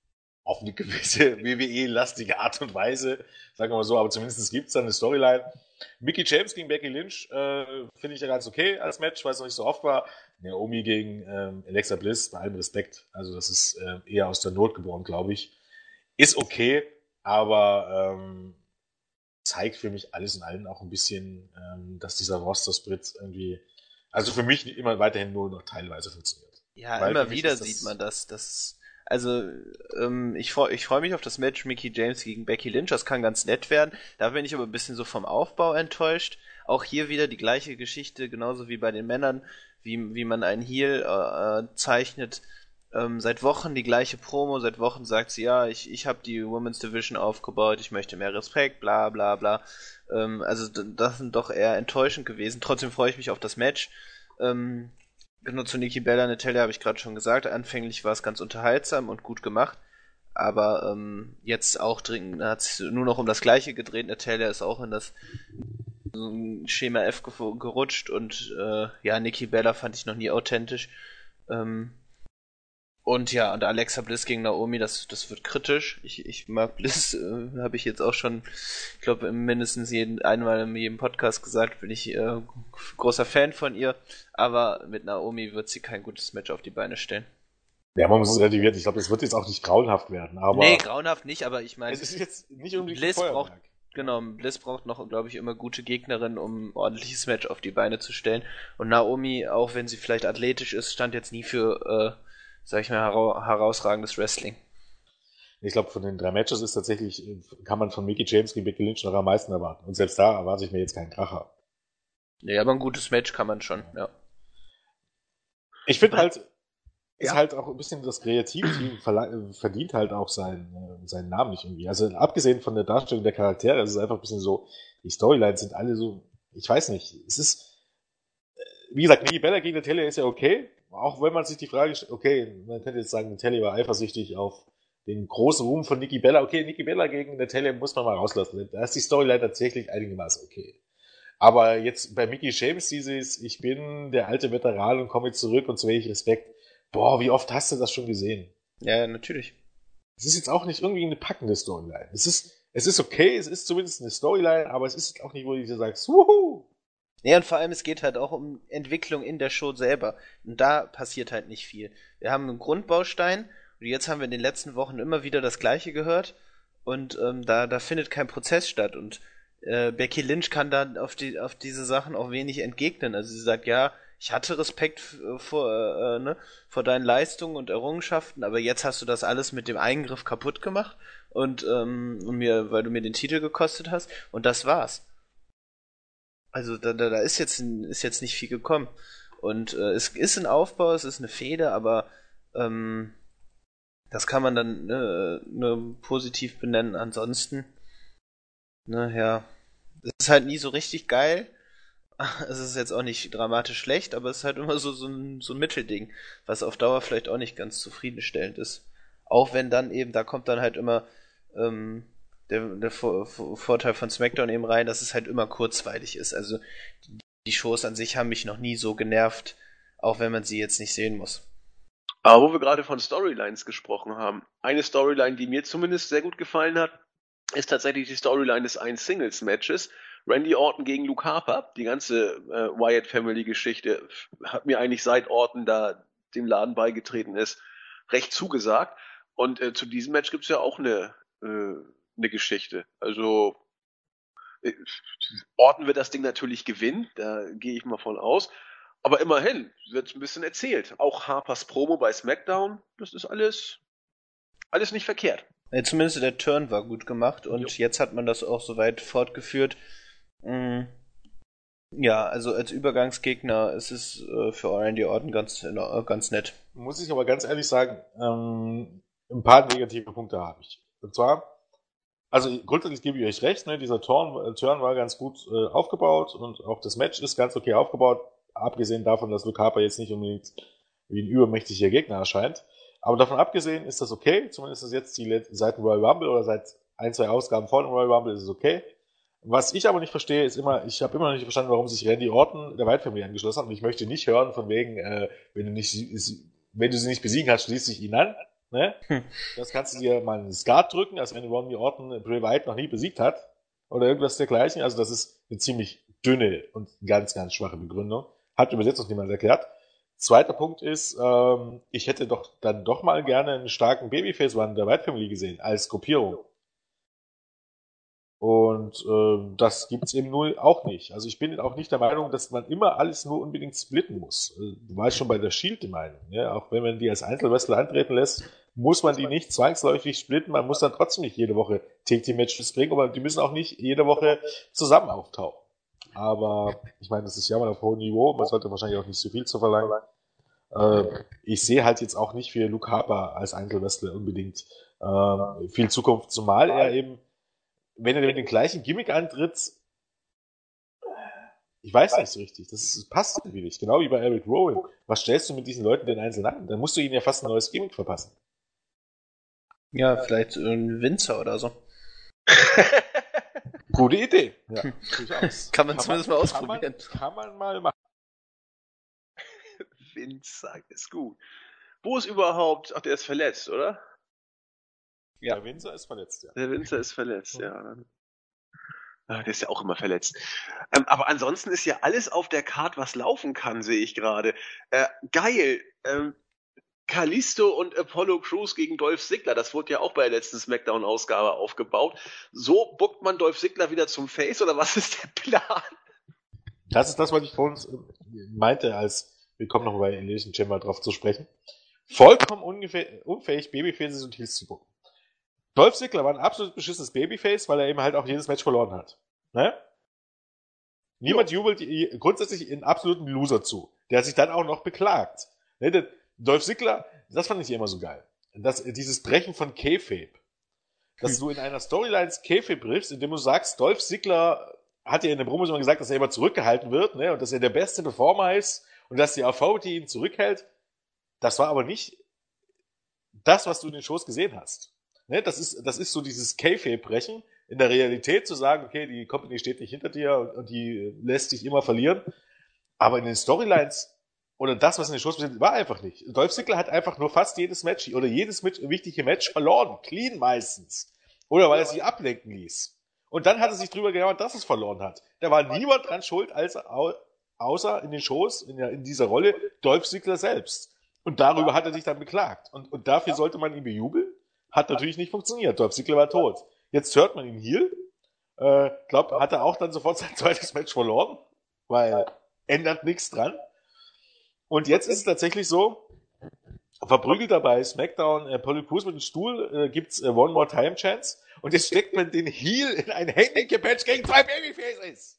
Auf eine gewisse WWE-lastige Art und Weise, sagen wir mal so, aber zumindest gibt's da eine Storyline. Mickie James gegen Becky Lynch finde ich ja ganz okay als Match, weil es noch nicht so oft war. Naomi gegen Alexa Bliss, bei allem Respekt. Also das ist eher aus der Not geboren, glaube ich. Ist okay, aber zeigt für mich alles in allem auch ein bisschen, dass dieser Roster-Split irgendwie, also für mich immer weiterhin nur noch teilweise funktioniert. Ja, Weil immer wieder sieht man das. Also, ich freu mich auf das Match Mickie James gegen Becky Lynch. Das kann ganz nett werden. Da bin ich aber ein bisschen so vom Aufbau enttäuscht. Auch hier wieder die gleiche Geschichte, genauso wie bei den Männern, wie man einen Heel zeichnet. Seit Wochen die gleiche Promo. Seit Wochen sagt sie, ja, ich habe die Women's Division aufgebaut. Ich möchte mehr Respekt, bla bla bla. Also das sind doch eher enttäuschend gewesen. Trotzdem freue ich mich auf das Match. Genau, zu Nikki Bella, Natalia habe ich gerade schon gesagt. Anfänglich war es ganz unterhaltsam und gut gemacht. Aber jetzt auch dringend hat es nur noch um das Gleiche gedreht. Natalia ist auch in das Schema F gerutscht. Und ja, Nikki Bella fand ich noch nie authentisch. Und ja, und Alexa Bliss gegen Naomi, das wird kritisch. Ich mag Bliss, habe ich jetzt auch schon, ich glaube, mindestens einmal in jedem Podcast gesagt, bin ich großer Fan von ihr. Aber mit Naomi wird sie kein gutes Match auf die Beine stellen. Ja, man muss es relativieren. Ich glaube, das wird jetzt auch nicht grauenhaft werden. Aber nee, grauenhaft nicht, aber ich meine, es ist jetzt nicht unbedingt Bliss Feuerwerk. Bliss braucht noch, glaube ich, immer gute Gegnerin, um ein ordentliches Match auf die Beine zu stellen. Und Naomi, auch wenn sie vielleicht athletisch ist, stand jetzt nie für sag ich mal, herausragendes Wrestling. Ich glaube, von den 3 Matches ist tatsächlich, kann man von Mickie James gegen Becky Lynch noch am meisten erwarten. Und selbst da erwarte ich mir jetzt keinen Kracher. Nee, aber ein gutes Match kann man schon, ja. Ich finde halt, ist halt auch ein bisschen das Kreativteam verdient halt auch seinen Namen nicht irgendwie. Also abgesehen von der Darstellung der Charaktere, es ist einfach ein bisschen so, die Storylines sind alle so, ich weiß nicht, es ist, wie gesagt, Nikki Bella gegen Natalia ist ja okay, auch wenn man sich die Frage stellt, okay, man könnte jetzt sagen, Natalia war eifersüchtig auf den großen Ruhm von Nikki Bella. Okay, Nikki Bella gegen Natalia muss man mal rauslassen. Da ist die Storyline tatsächlich einigermaßen okay. Aber jetzt bei Mickie James dieses, ich bin der alte Veteran und komme jetzt zurück und zu wenig Respekt. Boah, wie oft hast du das schon gesehen? Ja, natürlich. Es ist jetzt auch nicht irgendwie eine packende Storyline. Es ist okay, es ist zumindest eine Storyline, aber es ist auch nicht, wo du dir sagst, wuhu! Ja, und vor allem, es geht halt auch um Entwicklung in der Show selber. Und da passiert halt nicht viel. Wir haben einen Grundbaustein und jetzt haben wir in den letzten Wochen immer wieder das Gleiche gehört und da findet kein Prozess statt. Und Becky Lynch kann da auf diese Sachen auch wenig entgegnen. Also sie sagt, ja, ich hatte Respekt vor deinen Leistungen und Errungenschaften, aber jetzt hast du das alles mit dem Eingriff kaputt gemacht und weil du mir den Titel gekostet hast und das war's. Also da ist jetzt nicht viel gekommen. Und es ist ein Aufbau, es ist eine Fehde, aber das kann man dann positiv benennen. Ansonsten, ja, es ist halt nie so richtig geil. Es ist jetzt auch nicht dramatisch schlecht, aber es ist halt immer so ein Mittelding, was auf Dauer vielleicht auch nicht ganz zufriedenstellend ist. Auch wenn dann eben, da kommt dann halt immer der Vorteil von SmackDown eben rein, dass es halt immer kurzweilig ist. Also die Shows an sich haben mich noch nie so genervt, auch wenn man sie jetzt nicht sehen muss. Aber wo wir gerade von Storylines gesprochen haben, eine Storyline, die mir zumindest sehr gut gefallen hat, ist tatsächlich die Storyline des einen Singles-Matches. Randy Orton gegen Luke Harper. Die ganze Wyatt Family-Geschichte hat mir eigentlich seit Orton da dem Laden beigetreten ist, recht zugesagt. Und zu diesem Match gibt's ja auch eine Geschichte. Also Orton wird das Ding natürlich gewinnen, da gehe ich mal von aus. Aber immerhin wird ein bisschen erzählt. Auch Harpers Promo bei SmackDown, das ist alles nicht verkehrt. Ja, zumindest der Turn war gut gemacht und jetzt hat man das auch soweit fortgeführt. Ja, also als Übergangsgegner ist es für Randy Orton ganz nett. Muss ich aber ganz ehrlich sagen, ein paar negative Punkte habe ich. Und zwar, also grundsätzlich gebe ich euch recht, ne, dieser Turn war ganz gut aufgebaut und auch das Match ist ganz okay aufgebaut, abgesehen davon, dass Luke Harper jetzt nicht unbedingt wie ein übermächtiger Gegner erscheint. Aber davon abgesehen ist das okay, zumindest ist jetzt seit Royal Rumble oder seit 1-2 Ausgaben vor dem Royal Rumble ist es okay. Was ich aber nicht verstehe, ist ich habe immer noch nicht verstanden, warum sich Randy Orton der Wyatt Family angeschlossen hat und ich möchte nicht hören von wegen, wenn du sie nicht besiegen kannst, schließ dich ihn an. Ne? Das kannst du dir mal einen Skat drücken, als wenn Randy Orton Bray Wyatt noch nie besiegt hat. oder irgendwas dergleichen. Also das ist eine ziemlich dünne und ganz, ganz schwache Begründung. Hat übersetzt noch niemand erklärt. Zweiter Punkt ist, ich hätte doch mal gerne einen starken Babyface-Run der White Family gesehen, als Gruppierung. Und das gibt's eben null auch nicht. Also ich bin auch nicht der Meinung, dass man immer alles nur unbedingt splitten muss. Du warst schon bei der Shield die Meinung. Ja? Auch wenn man die als Einzelwrestler antreten lässt, muss man die nicht zwangsläufig splitten. Man muss dann trotzdem nicht jede Woche TNT-Matches bringen, aber die müssen auch nicht jede Woche zusammen auftauchen. Aber ich meine, das ist ja mal auf hohem Niveau. Man sollte wahrscheinlich auch nicht so viel zu verlangen. Ich sehe halt jetzt auch nicht für Luke Harper als Einzelwrestler unbedingt viel Zukunft, zumal er eben, wenn er mit dem gleichen Gimmick antritt, ich weiß nicht so richtig, das passt irgendwie nicht. Genau wie bei Eric Rowan. Was stellst du mit diesen Leuten denn einzeln an? Dann musst du ihnen ja fast ein neues Gimmick verpassen. Ja, vielleicht ein Winzer oder so. Gute Idee. Ja, durchaus. Kann man zumindest mal ausprobieren. Kann man mal machen. Winzer ist gut. Wo ist überhaupt... Ach, der ist verletzt, oder? Ja. Der Winzer ist verletzt, ja. Der Winzer ist verletzt, ja. Der ist ja auch immer verletzt. Aber ansonsten ist ja alles auf der Card, was laufen kann, sehe ich gerade. Geil. Kalisto und Apollo Crews gegen Dolph Ziggler. Das wurde ja auch bei der letzten SmackDown-Ausgabe aufgebaut. So bookt man Dolph Ziggler wieder zum Face, oder was ist der Plan? Das ist das, was ich vorhin meinte, als wir kommen noch bei Elimination Chamber drauf zu sprechen. Vollkommen unfähig, Babyfaces und Heels zu booken. Dolph Ziggler war ein absolut beschissenes Babyface, weil er eben halt auch jedes Match verloren hat. Ne? Niemand jubelt grundsätzlich einen absoluten Loser zu, der sich dann auch noch beklagt. Ne? Dolph Ziggler, das fand ich immer so geil. Dieses Brechen von Kayfabe. Dass du in einer Storyline Kayfabe brichst, indem du sagst, Dolph Ziggler hat ja in der Promo immer gesagt, dass er immer zurückgehalten wird, ne? Und dass er der beste Performer ist und dass die Authority ihn zurückhält. Das war aber nicht das, was du in den Shows gesehen hast. Ne? Das ist so dieses Kayfabe-Brechen in der Realität, zu sagen, okay, die Company steht nicht hinter dir und die lässt dich immer verlieren. Aber in den Storylines oder das, was in den Shows passiert, war einfach nicht. Dolph Ziggler hat einfach nur fast jedes Match oder jedes wichtige Match verloren. Clean meistens. Oder weil er sich ablenken ließ. Und dann hat er sich drüber gejammert, dass es verloren hat. Da war niemand dran schuld, außer in den Shows, in dieser Rolle, Dolph Ziggler selbst. Und darüber hat er sich dann beklagt. Und dafür sollte man ihn bejubeln. Hat natürlich nicht funktioniert. Dolph Ziggler war tot. Jetzt hört man ihn hier. Glaub, hat er auch dann sofort sein zweites Match verloren. Weil ändert nichts dran. Und jetzt ist es tatsächlich so, verprügelt dabei SmackDown Apollo Crews mit dem Stuhl, gibt's One More Time Chance. Und jetzt steckt man den Heel in ein Handicap-Match gegen zwei Babyfaces.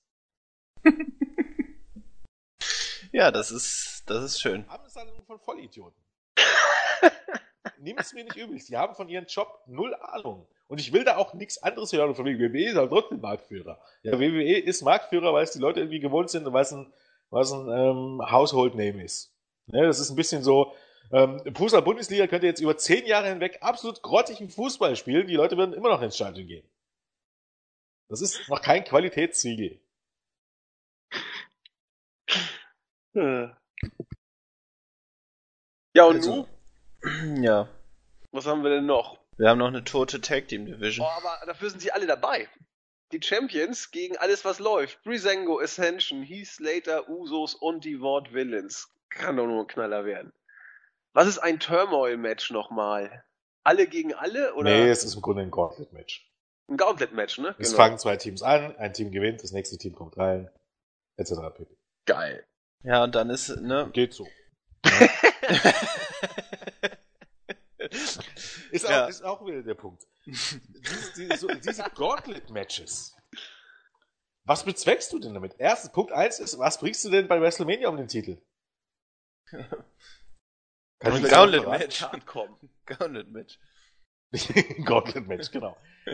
Ja, das ist schön. Amtshandlung von Vollidioten. Nimm es mir nicht übel. Die haben von ihrem Job null Ahnung. Und ich will da auch nichts anderes hören. Von wegen WWE ist halt trotzdem Marktführer. Ja, WWE ist Marktführer, weil es die Leute irgendwie gewohnt sind und was ein Household Name ist. Ne, das ist ein bisschen so, Fußball Bundesliga könnte jetzt über 10 Jahre hinweg absolut grottigen Fußball spielen, die Leute würden immer noch ins Stadion gehen. Das ist noch kein Qualitätssiegel. Ja, und also, nun? Ja. Was haben wir denn noch? Wir haben noch eine tote Tag Team Division. Oh, aber dafür sind sie alle dabei. Die Champions gegen alles, was läuft. Breezango, Ascension, Heath Slater, Usos und die Vaude Villains. Kann doch nur ein Knaller werden. Was ist ein Turmoil-Match nochmal? Alle gegen alle? Oder? Nee, es ist im Grunde ein Gauntlet-Match. Ein Gauntlet-Match, ne? Es fangen 2 Teams an, ein Team gewinnt, das nächste Team kommt rein, etc. pp. Geil. Ja, und dann ist, ne? Geht so. Ist auch wieder der Punkt. Diese Gauntlet-Matches. Was bezweckst du denn damit? Erstens, Punkt 1 ist, was bringst du denn bei WrestleMania um den Titel? Gauntlet-Match. Gauntlet-Match. Gauntlet-Match, genau.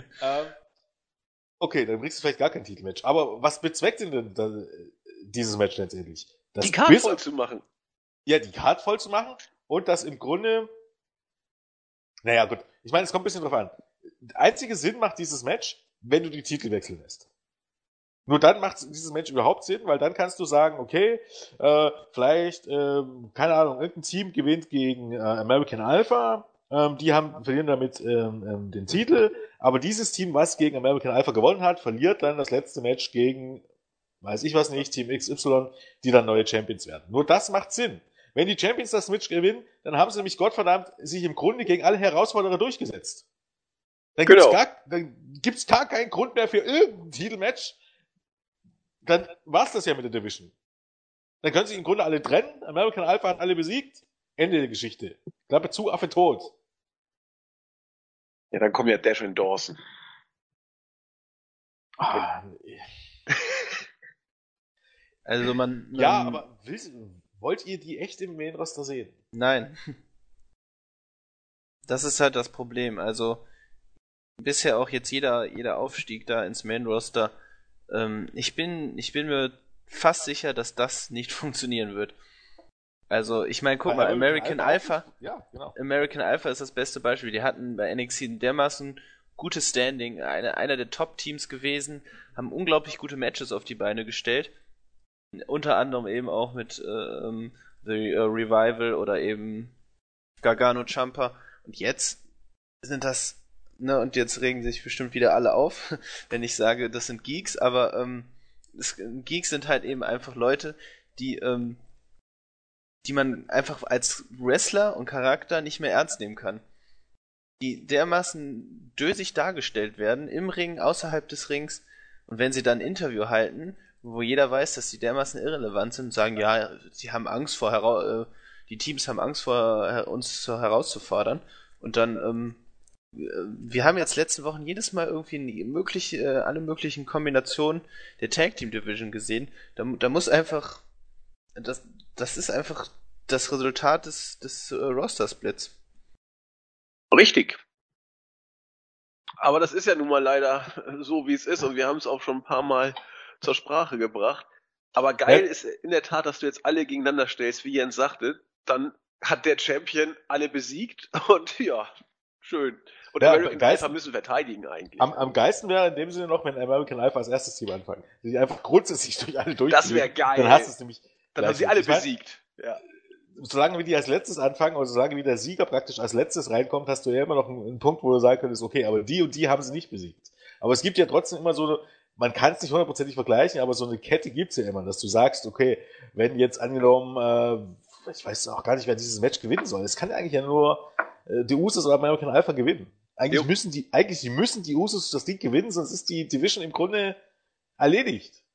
Okay, dann bringst du vielleicht gar kein Titelmatch. Aber was bezweckt denn dieses Match letztendlich? Die Card voll zu machen. Ja, die Card voll zu machen und das im Grunde... Naja, gut. Ich meine, es kommt ein bisschen drauf an. Der einzige Sinn macht dieses Match, wenn du die Titel wechseln lässt. Nur dann macht dieses Match überhaupt Sinn, weil dann kannst du sagen, okay, vielleicht, keine Ahnung, irgendein Team gewinnt gegen American Alpha verlieren damit den Titel. Aber dieses Team, was gegen American Alpha gewonnen hat, verliert dann das letzte Match gegen, weiß ich was nicht, Team XY, die dann neue Champions werden. Nur das macht Sinn. Wenn die Champions das Match gewinnen, dann haben sie nämlich Gottverdammt sich im Grunde gegen alle Herausforderer durchgesetzt. Dann gibt's gar keinen Grund mehr für irgendein Titelmatch. Dann war's das ja mit der Division. Dann können sich im Grunde alle trennen. American Alpha hat alle besiegt. Ende der Geschichte. Klappe zu, Affe tot. Ja, dann kommen ja Dash und Dawson. Also ja, aber wollt ihr die echt im Main Roster sehen? Nein. Das ist halt das Problem. Also bisher auch jetzt jeder Aufstieg da ins Main Roster. Ich bin mir fast sicher, dass das nicht funktionieren wird. Also, ich meine, guck mal, American Alpha. Ja, genau. American Alpha ist das beste Beispiel. Die hatten bei NXT dermaßen gutes Standing, einer der Top-Teams gewesen, haben unglaublich gute Matches auf die Beine gestellt. Unter anderem eben auch mit The Revival oder eben Gargano Ciampa. Und jetzt sind das, ne, und jetzt regen sich bestimmt wieder alle auf, wenn ich sage, das sind Geeks, aber Geeks sind halt eben einfach Leute, die man einfach als Wrestler und Charakter nicht mehr ernst nehmen kann. Die dermaßen dösig dargestellt werden, im Ring, außerhalb des Rings, und wenn sie dann ein Interview halten, wo jeder weiß, dass sie dermaßen irrelevant sind und sagen, ja, sie haben Angst die Teams haben Angst vor uns herauszufordern, und dann wir haben jetzt letzten Wochen jedes Mal irgendwie alle möglichen Kombinationen der Tag Team Division gesehen. Da muss einfach das ist einfach das Resultat des Roster-Splits. Richtig. Aber das ist ja nun mal leider so, wie es ist, und wir haben es auch schon ein paar Mal zur Sprache gebracht. Aber geil ist in der Tat, dass du jetzt alle gegeneinander stellst, wie Jens sagte. Dann hat der Champion alle besiegt und ja, schön. Und American Alpha müssen verteidigen eigentlich. Am geilsten wäre in dem Sinne noch, wenn American Alpha als erstes Team anfangen. Die einfach grundsätzlich durch alle durchführen. Das wäre geil. Dann hast du es nämlich. Dann haben sie alle besiegt. Ja. Solange wir die als letztes anfangen, oder solange wie der Sieger praktisch als letztes reinkommt, hast du ja immer noch einen Punkt, wo du sagen könntest, okay, aber die und die haben sie nicht besiegt. Aber es gibt ja trotzdem immer so, man kann es nicht hundertprozentig vergleichen, aber so eine Kette gibt's ja immer, dass du sagst, okay, wenn jetzt angenommen, ich weiß auch gar nicht, wer dieses Match gewinnen soll. Es kann ja eigentlich ja nur die Usos oder American Alpha gewinnen. Eigentlich müssen die Usos das Ding gewinnen, sonst ist die Division im Grunde erledigt.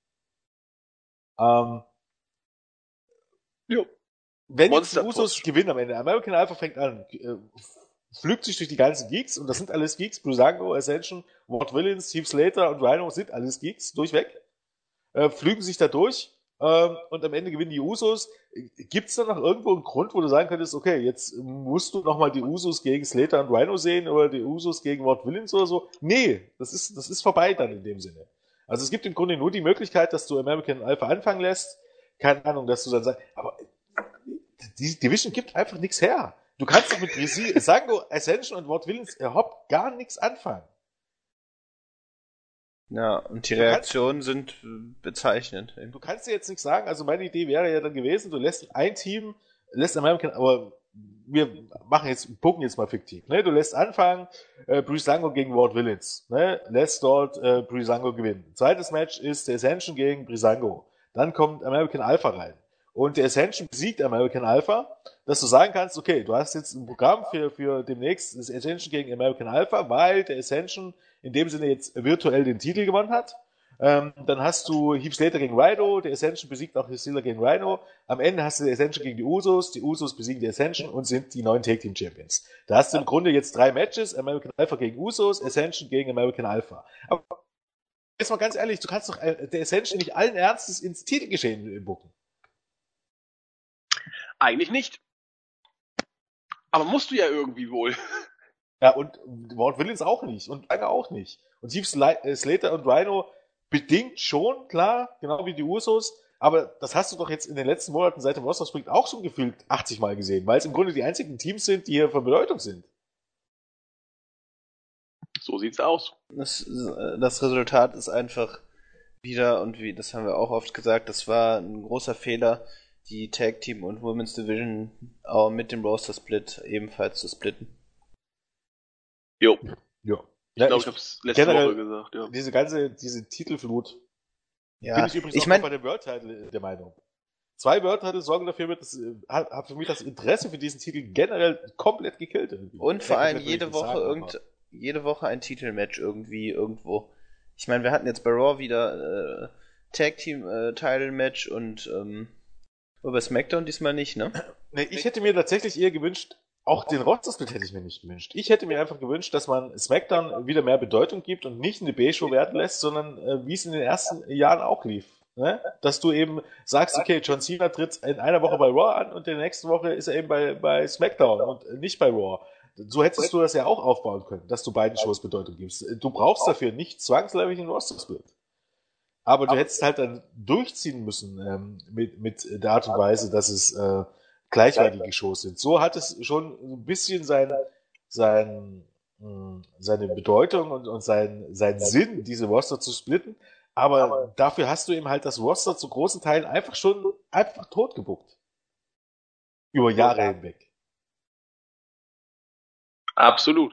Wenn jetzt die Usos gewinnen am Ende, American Alpha fängt an, pflügt sich durch die ganzen Geeks, und das sind alles Geeks, Breezango, Ascension, Ward Villains, Heath Slater und Rhino sind alles Geeks, durchweg, pflügen sich da durch, und am Ende gewinnen die Usos. Gibt's da noch irgendwo einen Grund, wo du sagen könntest, okay, jetzt musst du nochmal die Usos gegen Slater und Rhino sehen, oder die Usos gegen Ward Villains oder so? Nee, das ist vorbei dann in dem Sinne. Also es gibt im Grunde nur die Möglichkeit, dass du American Alpha anfangen lässt, keine Ahnung, dass du dann sagst, aber die Division gibt einfach nichts her. Du kannst doch mit Breezango, Ascension und Ward Villains überhaupt gar nichts anfangen. Ja, und die Reaktionen sind bezeichnend. Du kannst dir jetzt nicht sagen, also meine Idee wäre ja dann gewesen, du lässt ein Team, American, aber wir gucken jetzt mal fiktiv, ne? Du lässt anfangen, Breezango gegen Ward Villains, ne? Lässt dort Breezango gewinnen. Zweites Match ist der Ascension gegen Breezango. Dann kommt American Alpha rein. Und der Ascension besiegt American Alpha, dass du sagen kannst, okay, du hast jetzt ein Programm für demnächst das Ascension gegen American Alpha, weil der Ascension in dem Sinne jetzt virtuell den Titel gewonnen hat. Dann hast du Heath Slater gegen Rhino, der Ascension besiegt auch Heath Slater gegen Rhino. Am Ende hast du die Ascension gegen die Usos besiegen die Ascension und sind die neuen Tag Team Champions. Da hast du im Grunde jetzt 3 Matches, American Alpha gegen Usos, Ascension gegen American Alpha. Aber jetzt mal ganz ehrlich, du kannst doch der Ascension nicht allen Ernstes ins Titelgeschehen bucken. Eigentlich nicht. Aber musst du ja irgendwie wohl. Ja, und Ward Villains auch nicht. Und lange auch nicht. Und Heath Slater und Rhino bedingt schon, klar, genau wie die Usos. Aber das hast du doch jetzt in den letzten Monaten seit dem Roster Split auch schon gefühlt 80 Mal gesehen, weil es im Grunde die einzigen Teams sind, die hier von Bedeutung sind. So sieht's aus. Das Resultat ist einfach wieder, und wie, das haben wir auch oft gesagt, das war ein großer Fehler, die Tag Team und Women's Division auch mit dem Roster Split ebenfalls zu splitten. Jo. Ja. Ich glaube, ich habe es letzte generell Woche gesagt, ja. Diese Titelflut, Ja, bin ich übrigens ich auch mein, bei dem World Title der Meinung. 2 World Title sorgen dafür, dass hat für mich das Interesse für diesen Titel generell komplett gekillt. Irgendwie. und vor allem Komplett will ich jede nicht Woche sagen, jede Woche ein Titelmatch irgendwie irgendwo. Ich meine, wir hatten jetzt bei Raw wieder Tag Team Title Match und bei SmackDown diesmal nicht, ne? Nee, ich hätte mir tatsächlich eher gewünscht, auch den Roster-Split hätte ich mir nicht gewünscht. Ich hätte mir einfach gewünscht, dass man SmackDown wieder mehr Bedeutung gibt und nicht eine B-Show werden lässt, sondern wie es in den ersten Jahren auch lief. Ne? Dass du eben sagst, okay, John Cena tritt in einer Woche bei Raw an und in der nächsten Woche ist er eben bei SmackDown und nicht bei Raw. So hättest du das ja auch aufbauen können, dass du beiden Shows Bedeutung gibst. Du brauchst dafür nicht zwangsläufig einen Roster-Split. Aber du hättest halt dann durchziehen müssen mit der Art und Weise, dass es gleichwertige Shows sind. So hat es schon ein bisschen seine Bedeutung und sein Sinn, diese Roster zu splitten. Aber dafür hast du eben halt das Roster zu großen Teilen einfach totgebuckt. Über Jahre hinweg. Absolut.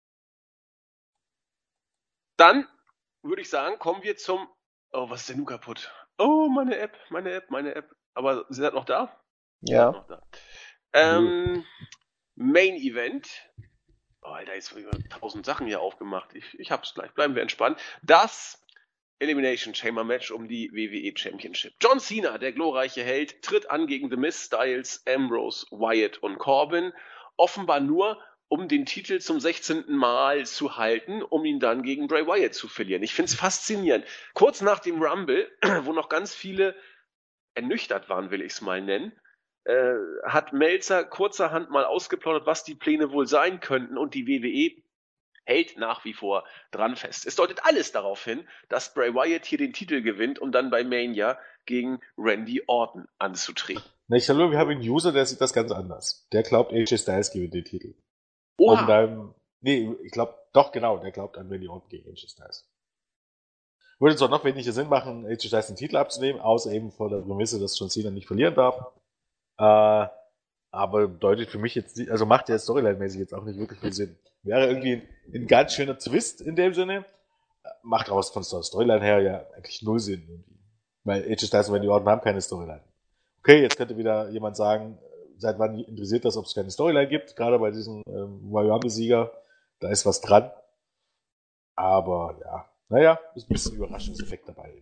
Dann würde ich sagen, kommen wir zum. Oh, was ist denn nun kaputt? Oh, meine App. Aber sie seid noch da? Ja. Noch da. Main Event. Oh, Alter, jetzt habe ich 1000 Sachen hier aufgemacht. Ich hab's gleich. Bleiben wir entspannt. Das Elimination Chamber Match um die WWE Championship. John Cena, der glorreiche Held, tritt an gegen The Miz, Styles, Ambrose, Wyatt und Corbin. Offenbar nur, um den Titel zum 16. Mal zu halten, um ihn dann gegen Bray Wyatt zu verlieren. Ich find's faszinierend. Kurz nach dem Rumble, wo noch ganz viele ernüchtert waren, will ich's mal nennen, hat Meltzer kurzerhand mal ausgeplaudert, was die Pläne wohl sein könnten, und die WWE hält nach wie vor dran fest. Es deutet alles darauf hin, dass Bray Wyatt hier den Titel gewinnt, um dann bei Mania gegen Randy Orton anzutreten. Na, ich sage nur, wir haben einen User, der sieht das ganz anders. Der glaubt, AJ Styles gewinnt den Titel. Oha. Ich glaube, doch genau, der glaubt an Randy Orton gegen AJ Styles. Würde zwar noch weniger Sinn machen, AJ Styles den Titel abzunehmen, außer eben vor der Prämisse, dass John Cena nicht verlieren darf. Aber deutet für mich jetzt nicht, also macht der Storyline-mäßig jetzt auch nicht wirklich viel Sinn. Wäre irgendwie ein ganz schöner Twist in dem Sinne, macht aber von der Storyline her ja eigentlich null Sinn irgendwie. Weil AJ Styles und Randy Orton haben keine Storyline. Okay, jetzt könnte wieder jemand sagen, seit wann interessiert das, ob es keine Storyline gibt, gerade bei diesem Royal Rumble-Sieger, da ist was dran. Aber ja, naja, ist ein bisschen Überraschungseffekt dabei.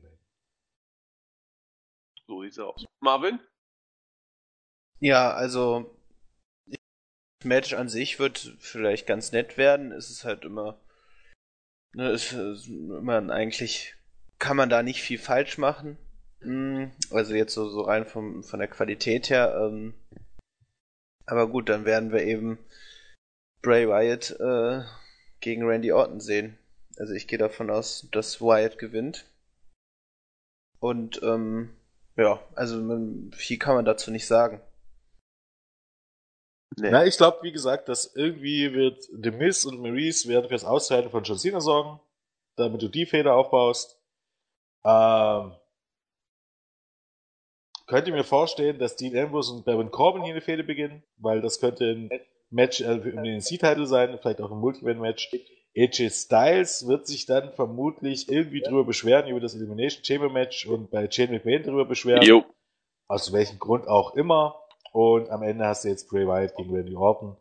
So sieht's aus. Marvin? Ja, also das Match an sich wird vielleicht ganz nett werden. Es ist halt immer, ne, es ist immer eigentlich kann man da nicht viel falsch machen. Also jetzt so rein von der Qualität her. Aber gut, dann werden wir eben Bray Wyatt gegen Randy Orton sehen. Also ich gehe davon aus, dass Wyatt gewinnt. Und ja, also viel kann man dazu nicht sagen. Nee. Na, ich glaube, wie gesagt, dass irgendwie wird The Miz und Maurice werden fürs Ausscheiden von John Cena sorgen, damit du die Feder aufbaust. Könnte mir vorstellen, dass Dean Ambrose und Baron Corbin hier eine Fehde beginnen, weil das könnte ein Match um den C-Title sein, vielleicht auch ein Multi-Man-Match. AJ Styles wird sich dann vermutlich irgendwie drüber beschweren, über das Elimination Chamber Match, und bei Shane McMahon drüber beschweren. Jo. Aus welchem Grund auch immer. Und am Ende hast du jetzt Bray Wyatt gegen Randy Orton.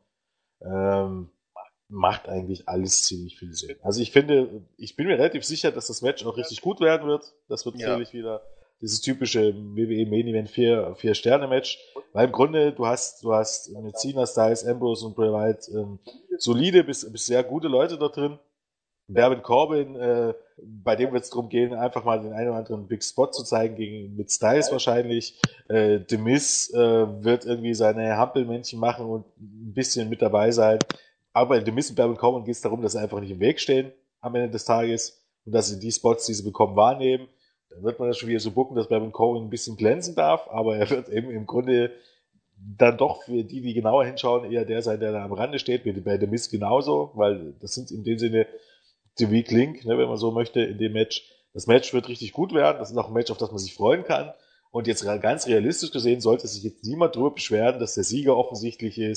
Macht eigentlich alles ziemlich viel Sinn. Also ich bin mir relativ sicher, dass das Match auch richtig gut werden wird. Das wird sicherlich wieder dieses typische WWE Main Event 4 Sterne Match. Weil im Grunde, du hast mit Cena, Styles, Ambrose und Bray Wyatt solide bis sehr gute Leute da drin. Baron Corbin, bei dem wird es darum gehen, einfach mal den einen oder anderen Big Spot zu zeigen, mit Styles wahrscheinlich. The Miz wird irgendwie seine Hampelmännchen machen und ein bisschen mit dabei sein. Aber bei The Miz und Baron Corbin geht es darum, dass sie einfach nicht im Weg stehen am Ende des Tages und dass sie die Spots, die sie bekommen, wahrnehmen. Dann wird man das schon wieder so bucken, dass Baron Corbin ein bisschen glänzen darf, aber er wird eben im Grunde dann doch für die genauer hinschauen, eher der sein, der da am Rande steht, wie bei The Miz genauso, weil das sind in dem Sinne die Weak Link, ne, wenn man so möchte, in dem Match. Das Match wird richtig gut werden. Das ist auch ein Match, auf das man sich freuen kann. Und jetzt ganz realistisch gesehen sollte sich jetzt niemand drüber beschweren, dass der Sieger offensichtlich ist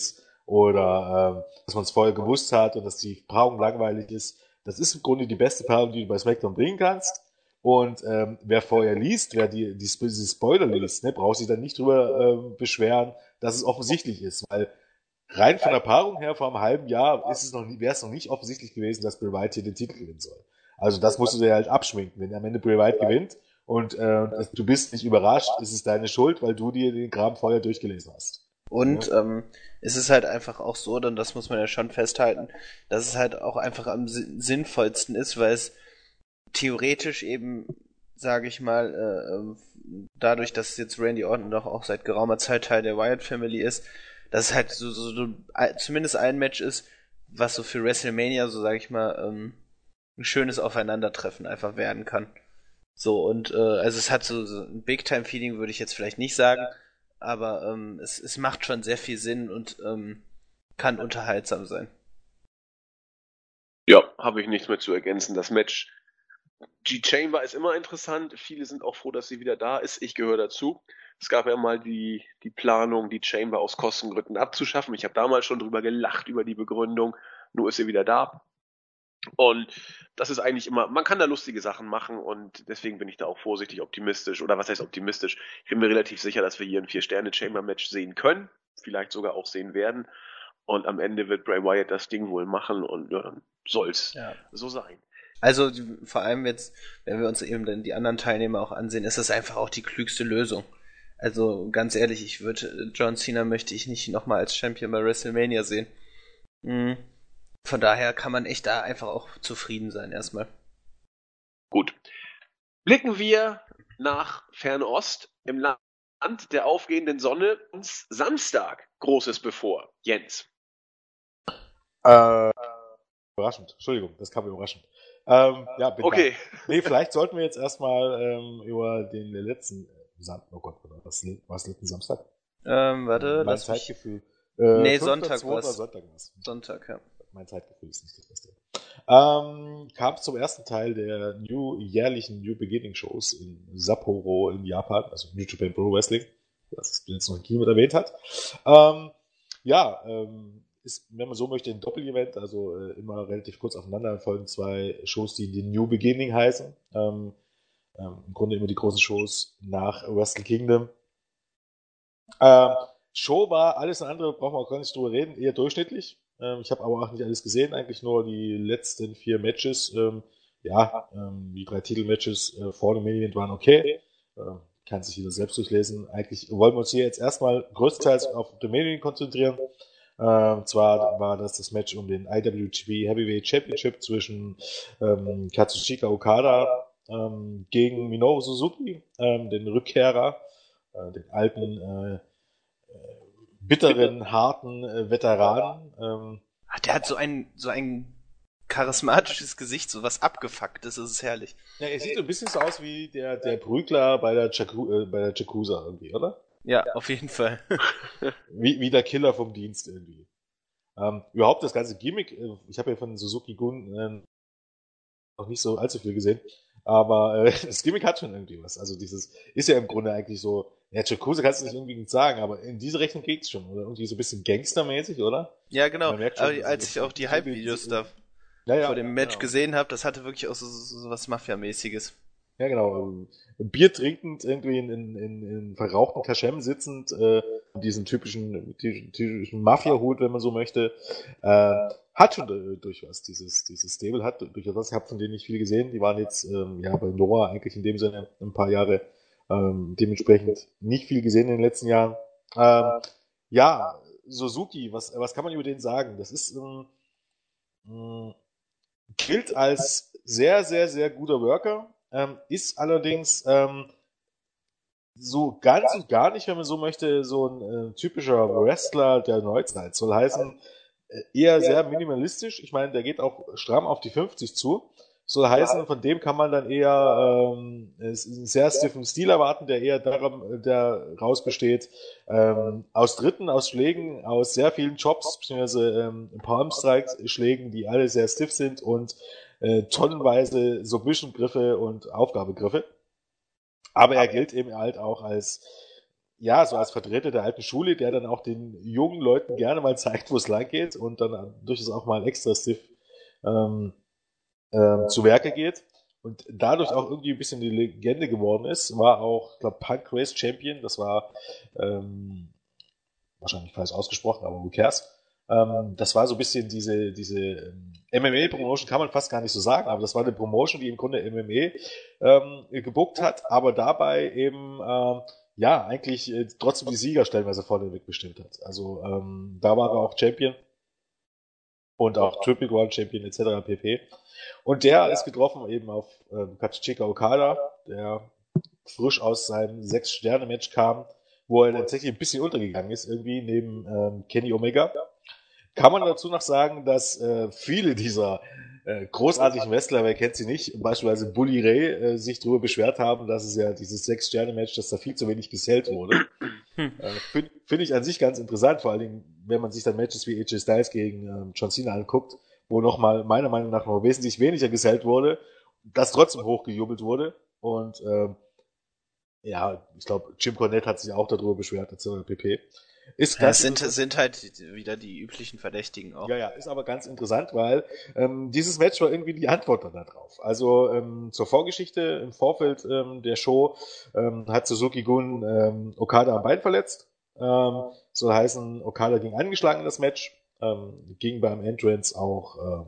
oder dass man es vorher gewusst hat und dass die Paarung langweilig ist. Das ist im Grunde die beste Paarung, die du bei SmackDown bringen kannst. Und wer vorher liest, wer die Spoiler liest, ne, braucht sich dann nicht drüber beschweren, dass es offensichtlich ist, weil rein von der Paarung her vor einem halben Jahr wäre es noch nicht offensichtlich gewesen, dass Bray Wyatt hier den Titel gewinnen soll. Also das musst du dir halt abschminken. Wenn am Ende Bray Wyatt gewinnt und du bist nicht überrascht, ist es deine Schuld, weil du dir den Kram vorher durchgelesen hast. Und es ist halt einfach auch so, und das muss man ja schon festhalten, dass es halt auch einfach am sinnvollsten ist, weil es theoretisch eben, sage ich mal, dadurch, dass jetzt Randy Orton doch auch seit geraumer Zeit Teil der Wyatt Family ist, dass es halt so zumindest ein Match ist, was so für WrestleMania, so sage ich mal, ein schönes Aufeinandertreffen einfach werden kann. So, und also es hat so ein Big-Time-Feeling, würde ich jetzt vielleicht nicht sagen, aber es macht schon sehr viel Sinn und kann unterhaltsam sein. Ja, habe ich nichts mehr zu ergänzen. Das Match G-Chamber ist immer interessant. Viele sind auch froh, dass sie wieder da ist. Ich gehöre dazu. Es gab ja mal die Planung, die Chamber aus Kostengründen abzuschaffen. Ich habe damals schon drüber gelacht, über die Begründung. Nur ist sie wieder da. Und das ist eigentlich immer, man kann da lustige Sachen machen und deswegen bin ich da auch vorsichtig optimistisch. Oder was heißt optimistisch? Ich bin mir relativ sicher, dass wir hier ein 4-Sterne-Chamber-Match sehen können. Vielleicht sogar auch sehen werden. Und am Ende wird Bray Wyatt das Ding wohl machen und ja, dann soll's so sein. Also vor allem jetzt, wenn wir uns eben dann die anderen Teilnehmer auch ansehen, ist das einfach auch die klügste Lösung. Also ganz ehrlich, John Cena möchte ich nicht nochmal als Champion bei WrestleMania sehen. Von daher kann man echt da einfach auch zufrieden sein erstmal. Gut. Blicken wir nach Fernost. Im Land der aufgehenden Sonne uns Samstag Großes bevor. Jens. Überraschend. Entschuldigung, das kam überraschend. Ja, bin okay. Da. Nee, vielleicht sollten wir jetzt erstmal über den letzten oh Gott, was letzten Samstag? Warte, mein Zeitgefühl. Sonntag war's. Sonntag, ja. Mein Zeitgefühl ist nicht das Beste. Kam zum ersten Teil der jährlichen New Beginning Shows in Sapporo in Japan, also New Japan Pro Wrestling, das jetzt noch niemand erwähnt hat. Ist, wenn man so möchte, ein Doppel-Event, also immer relativ kurz aufeinander folgen zwei Shows, die New Beginning heißen. Im Grunde immer die großen Shows nach Wrestle Kingdom. Show war alles andere, brauchen wir auch gar nicht drüber reden, eher durchschnittlich. Ich habe aber auch nicht alles gesehen, eigentlich nur die letzten 4 Matches. Die 3 Titelmatches vor dem Main Event waren okay. Kann sich jeder selbst durchlesen. Eigentlich wollen wir uns hier jetzt erstmal größtenteils auf den Main Event konzentrieren. Zwar war das Match um den IWGP Heavyweight Championship zwischen Katsushika Okada gegen Minoru Suzuki, den Rückkehrer, den alten, bitteren, harten Veteranen. Der hat so ein charismatisches Gesicht, so was Abgefucktes, das ist herrlich. Ja, er sieht so ein bisschen so aus wie der Prügler bei der Yakuza irgendwie, oder? Ja, auf jeden Fall. wie der Killer vom Dienst irgendwie. Überhaupt das ganze Gimmick, ich habe ja von Suzuki Gun noch nicht so allzu viel gesehen, aber das Gimmick hat schon irgendwie was. Also dieses ist ja im Grunde eigentlich so, ja, Yakuza kannst du nicht irgendwie sagen, aber in diese Richtung geht's schon, oder? Irgendwie so ein bisschen gangstermäßig, oder? Ja, genau. Man merkt schon, aber als ich auch die Hype-Videos da vor dem Match gesehen habe, das hatte wirklich auch so was Mafia-mäßiges. Ja, genau. Bier trinkend, irgendwie in verrauchten Kaschem sitzend, diesen typischen Mafia-Hut, wenn man so möchte, hat schon durchaus dieses Stable, hat durchaus was. Ich habe von denen nicht viel gesehen. Die waren jetzt bei Noah eigentlich in dem Sinne ein paar Jahre, dementsprechend nicht viel gesehen in den letzten Jahren. Suzuki, was kann man über den sagen? Das ist gilt als sehr, sehr, sehr guter Worker. Ist allerdings so ganz und gar nicht, wenn man so möchte, so ein typischer Wrestler der Neuzeit. Soll heißen, eher sehr minimalistisch. Ich meine, der geht auch stramm auf die 50 zu. Soll heißen, von dem kann man dann eher einen sehr stiffen Stil erwarten, der eher daraus besteht, aus Tritten, aus Schlägen, aus sehr vielen Chops, beziehungsweise Palm Strikes, Schlägen, die alle sehr stiff sind und tonnenweise Submission-Griffe und Aufgabegriffe. Aber er gilt eben halt auch als ja, so als Vertreter der alten Schule, der dann auch den jungen Leuten gerne mal zeigt, wo es lang geht und dann durchaus auch mal extra stiff ähm, zu Werke geht und dadurch auch irgendwie ein bisschen die Legende geworden ist, war auch, ich glaube, Punk Race Champion, das war wahrscheinlich falsch ausgesprochen, aber who cares? Das war so ein bisschen diese MMA-Promotion, kann man fast gar nicht so sagen, aber das war eine Promotion, die im Grunde MMA gebuckt hat, aber dabei eben ja, eigentlich trotzdem die Sieger stellenweise vorneweg bestimmt hat. Also da war er auch Champion und auch Triple Crown Champion etc. pp. Und der ist getroffen eben auf Katsuchika Okada, der frisch aus seinem 6-Sterne-Match kam, wo er tatsächlich ein bisschen untergegangen ist, irgendwie neben Kenny Omega. Kann man dazu noch sagen, dass viele dieser großartigen Wrestler, wer kennt sie nicht, beispielsweise Bully Ray, sich darüber beschwert haben, dass es ja dieses 6-Sterne-Match, dass da viel zu wenig gesellt wurde. Finde ich an sich ganz interessant, vor allen Dingen, wenn man sich dann Matches wie AJ Styles gegen John Cena anguckt, wo nochmal meiner Meinung nach noch wesentlich weniger gesellt wurde, das trotzdem hochgejubelt wurde. Und ja, ich glaube, Jim Cornette hat sich auch darüber beschwert, etc. pp. Ist Ja, es sind halt wieder die üblichen Verdächtigen auch. Ja, ist aber ganz interessant, weil dieses Match war irgendwie die Antwort dann darauf. Also zur Vorgeschichte im Vorfeld der Show hat Suzuki-Gun Okada am Bein verletzt. Soll heißen, Okada ging angeschlagen in das Match, ging beim Entrance auch,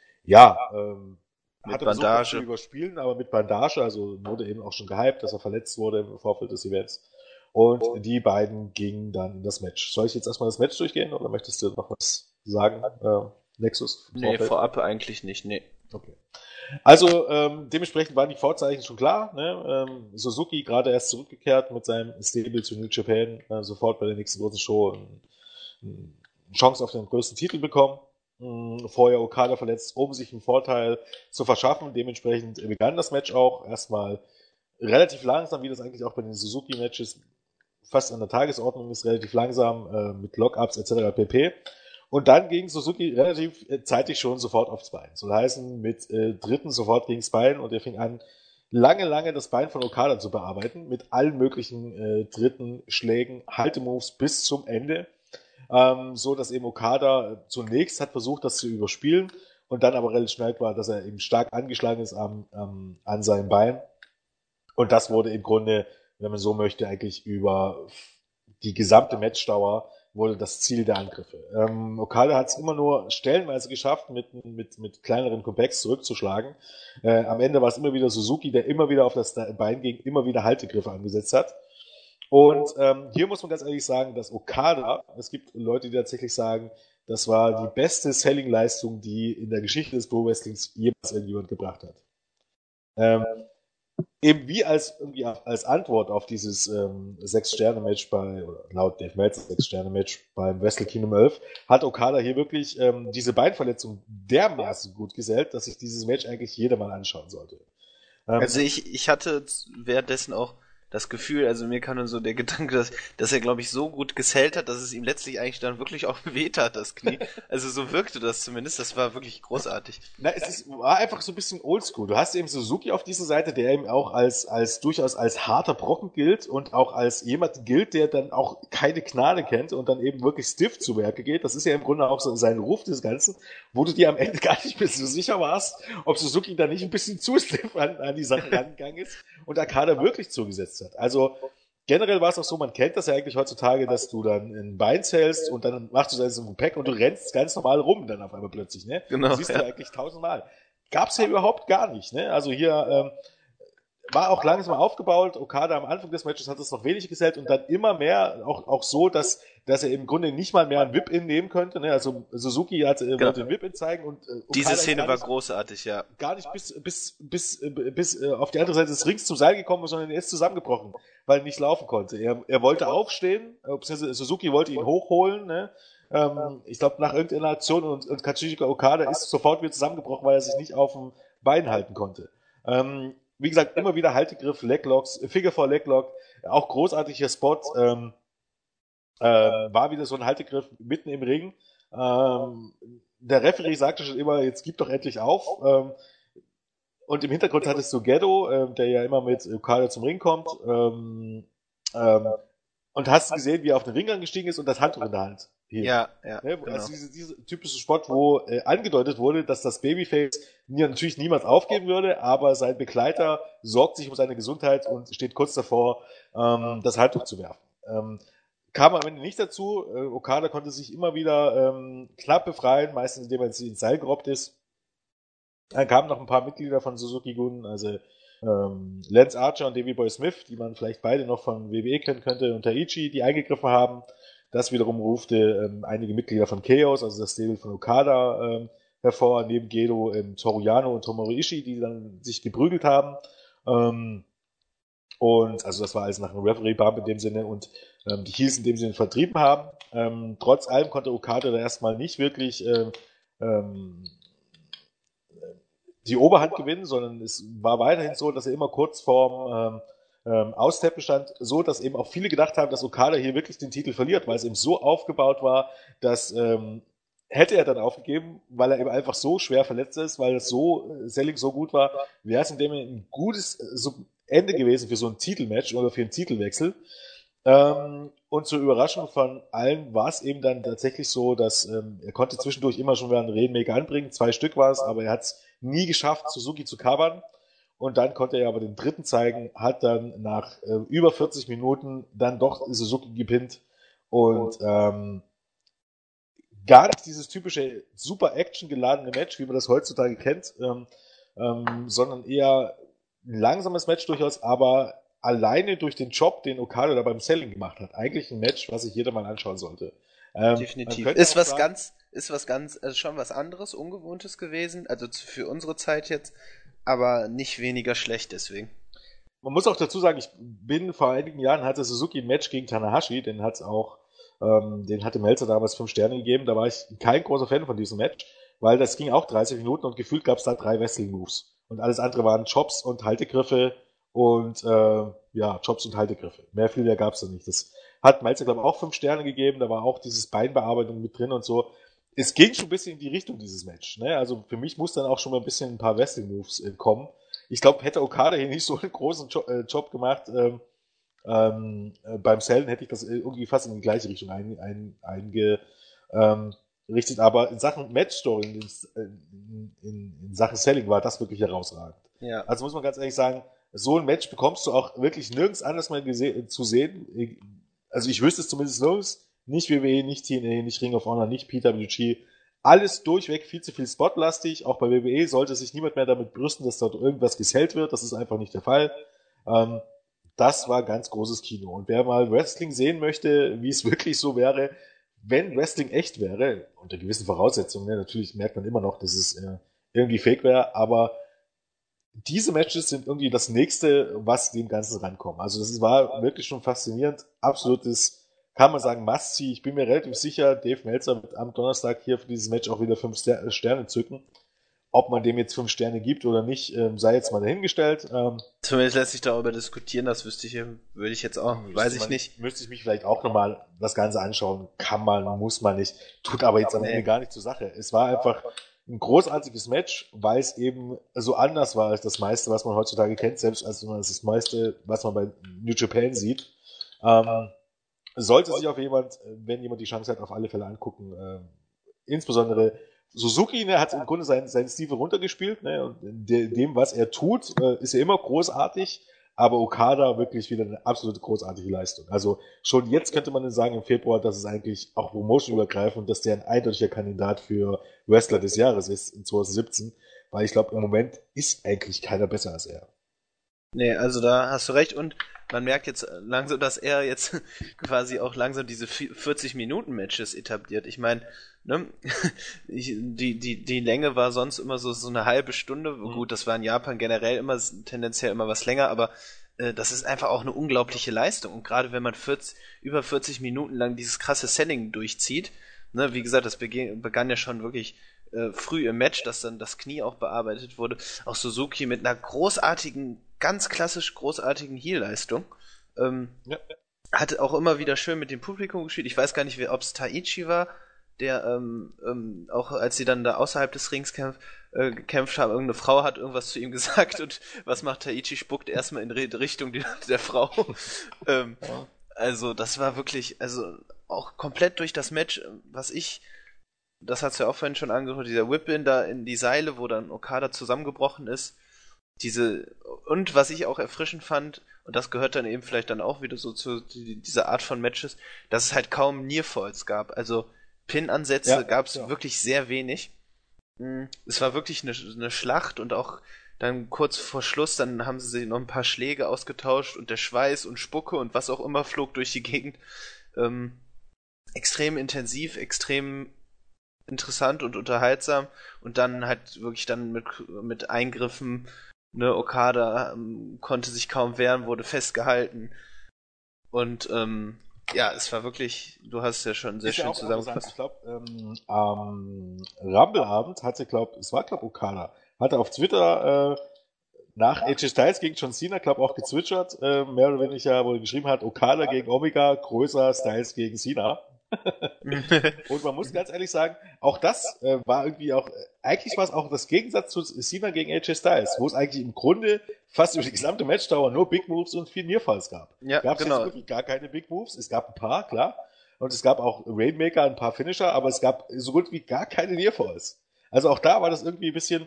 Mit hatte Bandage. versucht, zu überspielen, aber mit Bandage, also wurde eben auch schon gehypt, dass er verletzt wurde im Vorfeld des Events. Und die beiden gingen dann in das Match. Soll ich jetzt erstmal das Match durchgehen oder möchtest du noch was sagen, Nexus? Nee, vorab eigentlich nicht, nee. Okay. Also dementsprechend waren die Vorzeichen schon klar. Ne? Suzuki gerade erst zurückgekehrt mit seinem Stable zu New Japan, sofort bei der nächsten großen Show eine Chance auf den größten Titel bekommen. Vorher Okada verletzt, um sich einen Vorteil zu verschaffen. Dementsprechend begann das Match auch erstmal relativ langsam, wie das eigentlich auch bei den Suzuki-Matches fast an der Tagesordnung ist, relativ langsam mit Lockups etc. pp. Und dann ging Suzuki relativ zeitig schon sofort aufs Bein. Soll heißen, mit dritten sofort gegen das Bein und er fing an, lange das Bein von Okada zu bearbeiten, mit allen möglichen dritten Schlägen, Haltemoves bis zum Ende. So dass eben Okada zunächst hat versucht, das zu überspielen und dann aber relativ schnell war, dass er eben stark angeschlagen ist an seinem Bein. Und das wurde im Grunde, wenn man so möchte, eigentlich über die gesamte Matchdauer wurde das Ziel der Angriffe. Okada hat es immer nur stellenweise geschafft, mit kleineren Comebacks zurückzuschlagen. Am Ende war es immer wieder Suzuki, der immer wieder auf das Bein ging, immer wieder Haltegriffe angesetzt hat. Und hier muss man ganz ehrlich sagen, dass Okada, es gibt Leute, die tatsächlich sagen, das war die beste Selling-Leistung, die in der Geschichte des Pro-Wrestlings jemals irgendjemand gebracht hat. Eben wie als Antwort auf dieses 6-Sterne-Match oder laut Dave Meltzer 6-Sterne-Match beim Wrestle Kingdom 11, hat Okada hier wirklich diese Beinverletzung dermaßen gut gesellt, dass sich dieses Match eigentlich jeder mal anschauen sollte. Also ich hatte währenddessen auch das Gefühl, also mir kam dann so der Gedanke, dass er, glaube ich, so gut gesellt hat, dass es ihm letztlich eigentlich dann wirklich auch weht hat, das Knie. Also so wirkte das zumindest, das war wirklich großartig. Na, war einfach so ein bisschen oldschool. Du hast eben Suzuki auf dieser Seite, der eben auch durchaus als harter Brocken gilt und auch als jemand gilt, der dann auch keine Gnade kennt und dann eben wirklich stiff zu Werke geht. Das ist ja im Grunde auch so sein Ruf des Ganzen, wo du dir am Ende gar nicht mehr so sicher warst, ob Suzuki da nicht ein bisschen zu stiff an die Sachen rangegangen ist und Okada wirklich zugesetzt hat. Also generell war es auch so, man kennt das ja eigentlich heutzutage, dass du dann ein Bein zählst und dann machst du das im Pack und du rennst ganz normal rum dann auf einmal plötzlich, ne? Genau, das siehst du ja eigentlich tausendmal. Gab's ja überhaupt gar nicht, ne? Also hier war auch langsam aufgebaut. Okada am Anfang des Matches hat es noch wenig gesellt und dann immer mehr, auch so, dass er im Grunde nicht mal mehr einen Whip-In nehmen könnte. Ne? Also Suzuki wollte den Whip-In zeigen und Okada diese Szene war großartig, ja. Gar nicht bis auf die andere Seite des Rings zum Seil gekommen, sondern er ist zusammengebrochen, weil er nicht laufen konnte. Er wollte aufstehen, Suzuki wollte ihn hochholen, ne? Ich glaube, nach irgendeiner Aktion und Katsuhiko Okada ist sofort wieder zusammengebrochen, weil er sich nicht auf dem Bein halten konnte. Wie gesagt, immer wieder Haltegriff, Leglocks, Figure 4 Leglock, auch großartiger Spot, war wieder so ein Haltegriff mitten im Ring. Der Referee sagte schon immer, jetzt gib doch endlich auf. Und im Hintergrund hattest du Gedo, der ja immer mit Okada zum Ring kommt. Und hast gesehen, wie er auf den Ring angestiegen ist und das Handtuch in der Hand hielt. Ja, Ne? genau. Also diese typische Spot, wo angedeutet wurde, dass das Babyface natürlich niemals aufgeben würde, aber sein Begleiter sorgt sich um seine Gesundheit und steht kurz davor, das Handtuch zu werfen. Kam am Ende nicht dazu. Okada konnte sich immer wieder knapp befreien, meistens indem er ins Seil gerobbt ist. Dann kamen noch ein paar Mitglieder von Suzuki-Gun, also Lance Archer und Davey Boy Smith, die man vielleicht beide noch von WWE kennen könnte, und Taichi, die eingegriffen haben. Das wiederum rufte einige Mitglieder von Chaos, also das Stable von Okada, hervor, neben Gedo, Toru Yano und Tomohiro Ishii, die dann sich geprügelt haben. Und also das war alles nach einem Referee-Bump in dem Sinne und die Heels in dem Sinne vertrieben haben. Trotz allem konnte Okada da erstmal nicht wirklich die Oberhand gewinnen, sondern es war weiterhin so, dass er immer kurz vorm Austappen stand, so dass eben auch viele gedacht haben, dass Okada hier wirklich den Titel verliert, weil es eben so aufgebaut war, dass hätte er dann aufgegeben, weil er eben einfach so schwer verletzt ist, weil das Selling so gut war, wäre es in dem ein gutes Ende gewesen für so ein Titelmatch oder für einen Titelwechsel. Und zur Überraschung von allen war es eben dann tatsächlich so, dass er konnte zwischendurch immer schon wieder einen Rainmaker anbringen, 2 Stück war es, aber er hat es nie geschafft, Suzuki zu covern. Und dann konnte er aber den dritten zeigen, hat dann nach über 40 Minuten dann doch Suzuki gepinnt und gar nicht dieses typische super Action-geladene Match, wie man das heutzutage kennt, sondern eher ein langsames Match durchaus, aber alleine durch den Job, den Okada da beim Selling gemacht hat. Eigentlich ein Match, was sich jeder mal anschauen sollte. Definitiv. Ist was ganz, also schon was anderes, Ungewohntes gewesen, also für unsere Zeit jetzt, aber nicht weniger schlecht deswegen. Man muss auch dazu sagen, ich bin vor einigen Jahren, hatte Suzuki ein Match gegen Tanahashi, den hatte Meltzer damals 5 Sterne gegeben, da war ich kein großer Fan von diesem Match, weil das ging auch 30 Minuten und gefühlt gab es da 3 Wrestling-Moves. Und alles andere waren Chops und Haltegriffe und Chops und Haltegriffe. Mehr gab es da nicht. Das hat Meltzer, glaube ich, auch 5 Sterne gegeben, da war auch dieses Beinbearbeitung mit drin und so. Es ging schon ein bisschen in die Richtung, dieses Match. Ne? Also für mich muss dann auch schon mal ein paar Wrestling-Moves kommen. Ich glaube, hätte Okada hier nicht so einen großen Job gemacht, beim Sellen hätte ich das irgendwie fast in die gleiche Richtung eingerichtet, aber in Sachen Match-Story, in Sachen Selling war das wirklich herausragend. Ja. Also muss man ganz ehrlich sagen, so ein Match bekommst du auch wirklich nirgends anders mal zu sehen. Also ich wüsste es zumindest nirgends, nicht WWE, nicht TNA, nicht Ring of Honor, nicht PWG, alles durchweg viel zu viel spotlastig. Auch bei WWE sollte sich niemand mehr damit brüsten, dass dort irgendwas gesellt wird. Das ist einfach nicht der Fall. Das war ganz großes Kino. Und wer mal Wrestling sehen möchte, wie es wirklich so wäre, wenn Wrestling echt wäre, unter gewissen Voraussetzungen, ne, natürlich merkt man immer noch, dass es irgendwie fake wäre, aber diese Matches sind irgendwie das nächste, was dem Ganzen rankommt. Also das war wirklich schon faszinierend. Absolutes, kann man sagen, Must-See. Ich bin mir relativ sicher, Dave Meltzer wird am Donnerstag hier für dieses Match auch wieder 5 Sterne zücken. Ob man dem jetzt 5 Sterne gibt oder nicht, sei jetzt mal dahingestellt. Zumindest lässt sich darüber diskutieren, das würde ich jetzt auch, weiß ich nicht. Müsste ich mich vielleicht auch nochmal das Ganze anschauen. Kann man, muss man nicht. Tut aber jetzt am Ende gar nicht zur Sache. Es war einfach ein großartiges Match, weil es eben so anders war als das meiste, was man heutzutage kennt, selbst als das meiste, was man bei New Japan sieht. Sollte sich wenn jemand die Chance hat, auf alle Fälle angucken. Insbesondere Suzuki, ne, hat im Grunde seinen Stiefel runtergespielt, ne, und dem, was er tut, ist er immer großartig, aber Okada wirklich wieder eine absolute großartige Leistung. Also schon jetzt könnte man sagen im Februar, dass es eigentlich auch promotionübergreifend, dass der ein eindeutiger Kandidat für Wrestler des Jahres ist in 2017, weil ich glaube, im Moment ist eigentlich keiner besser als er. Nee, also da hast du recht und man merkt jetzt langsam, dass er jetzt quasi auch langsam diese 40-Minuten-Matches etabliert. Ich meine, ne, die Länge war sonst immer so eine halbe Stunde. Gut, das war in Japan generell immer tendenziell immer was länger, aber das ist einfach auch eine unglaubliche Leistung. Und gerade wenn man über 40 Minuten lang dieses krasse Selling durchzieht, ne, wie gesagt, das begann ja schon wirklich früh im Match, dass dann das Knie auch bearbeitet wurde. Auch Suzuki mit einer ganz klassisch großartigen Heel-Leistung. Hat auch immer wieder schön mit dem Publikum gespielt. Ich weiß gar nicht, ob es Taichi war, der auch als sie dann da außerhalb des Rings gekämpft haben, irgendeine Frau hat irgendwas zu ihm gesagt und was macht Taichi? Spuckt erstmal in Richtung der Frau. Also, das war wirklich, also auch komplett durch das Match, das hat's ja auch vorhin schon angehört, dieser Whip-In da in die Seile, wo dann Okada zusammengebrochen ist. Und was ich auch erfrischend fand, und das gehört dann eben vielleicht dann auch wieder so zu dieser Art von Matches, dass es halt kaum Nearfalls gab. Also Pin-Ansätze gab's wirklich sehr wenig. Es war wirklich eine Schlacht und auch dann kurz vor Schluss, dann haben sie noch ein paar Schläge ausgetauscht und der Schweiß und Spucke und was auch immer flog durch die Gegend. Ähm, extrem intensiv, extrem interessant und unterhaltsam und dann halt wirklich dann mit Eingriffen, ne, Okada konnte sich kaum wehren, wurde festgehalten und ja, es war wirklich, du hast es ja schon sehr schön zusammengefasst. Ich glaube, am Rumble-Abend hatte, Okada, hatte auf Twitter nach AJ Styles gegen John Cena, glaube auch gezwitschert, mehr oder weniger, wo er geschrieben hat, Okada gegen Omega, größer Styles gegen Cena. Und man muss ganz ehrlich sagen, auch das war irgendwie auch, eigentlich war es auch das Gegensatz zu Cena gegen AJ Styles, wo es eigentlich im Grunde fast über die gesamte Matchdauer nur Big Moves und viel Nearfalls gab. Ja, Gab es genau. jetzt wirklich gar keine Big Moves, es gab ein paar, klar, und es gab auch Rainmaker, ein paar Finisher, aber es gab so gut wie gar keine Nearfalls. Also auch da war das irgendwie ein bisschen,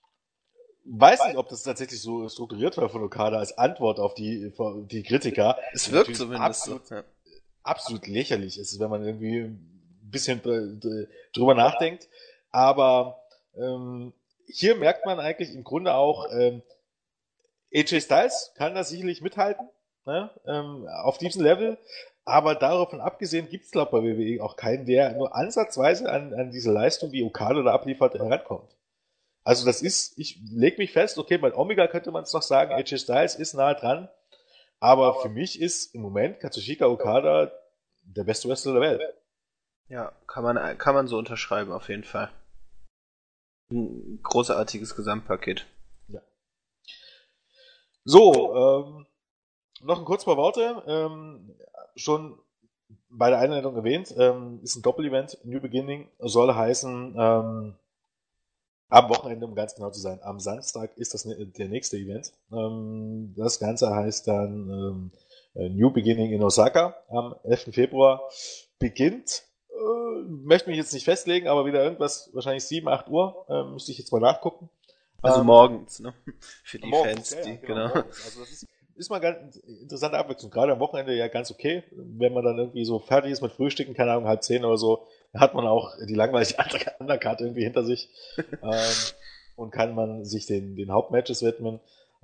weiß nicht, ob das tatsächlich so strukturiert war von Okada als Antwort auf die Kritiker. Es wirkt zumindest absolut, so. Ja. absolut lächerlich ist, wenn man irgendwie ein bisschen drüber nachdenkt. Aber hier merkt man eigentlich im Grunde auch, AJ Styles kann das sicherlich mithalten, ne? Auf diesem Level. Aber davon abgesehen gibt es, glaube ich, bei WWE auch keinen, der nur ansatzweise an diese Leistung, die Okada da abliefert, herankommt. Also das ist, ich lege mich fest, okay, bei Omega könnte man es noch sagen, AJ Styles ist nahe dran, aber für mich ist im Moment Katsushika Okada der beste Wrestler der Welt. Ja, kann man so unterschreiben, auf jeden Fall. Ein großartiges Gesamtpaket. Ja. So, noch ein kurz paar Worte. Schon bei der Einleitung erwähnt, ist ein Doppel-Event, New Beginning, soll heißen, am Wochenende, um ganz genau zu sein, am Samstag ist das der nächste Event. Das Ganze heißt dann New Beginning in Osaka am 11. Februar. Beginnt, möchte mich jetzt nicht festlegen, aber wieder irgendwas, wahrscheinlich 7, 8 Uhr, müsste ich jetzt mal nachgucken. Also morgens, ne? Für die morgens, Fans, ja, genau. morgens. Also das ist mal ganz interessante Abwechslung. Gerade am Wochenende ja ganz okay. Wenn man dann irgendwie so fertig ist mit Frühstücken, keine Ahnung, 9:30 oder so, hat man auch die langweilige Undercard irgendwie hinter sich und kann man sich den Hauptmatches widmen.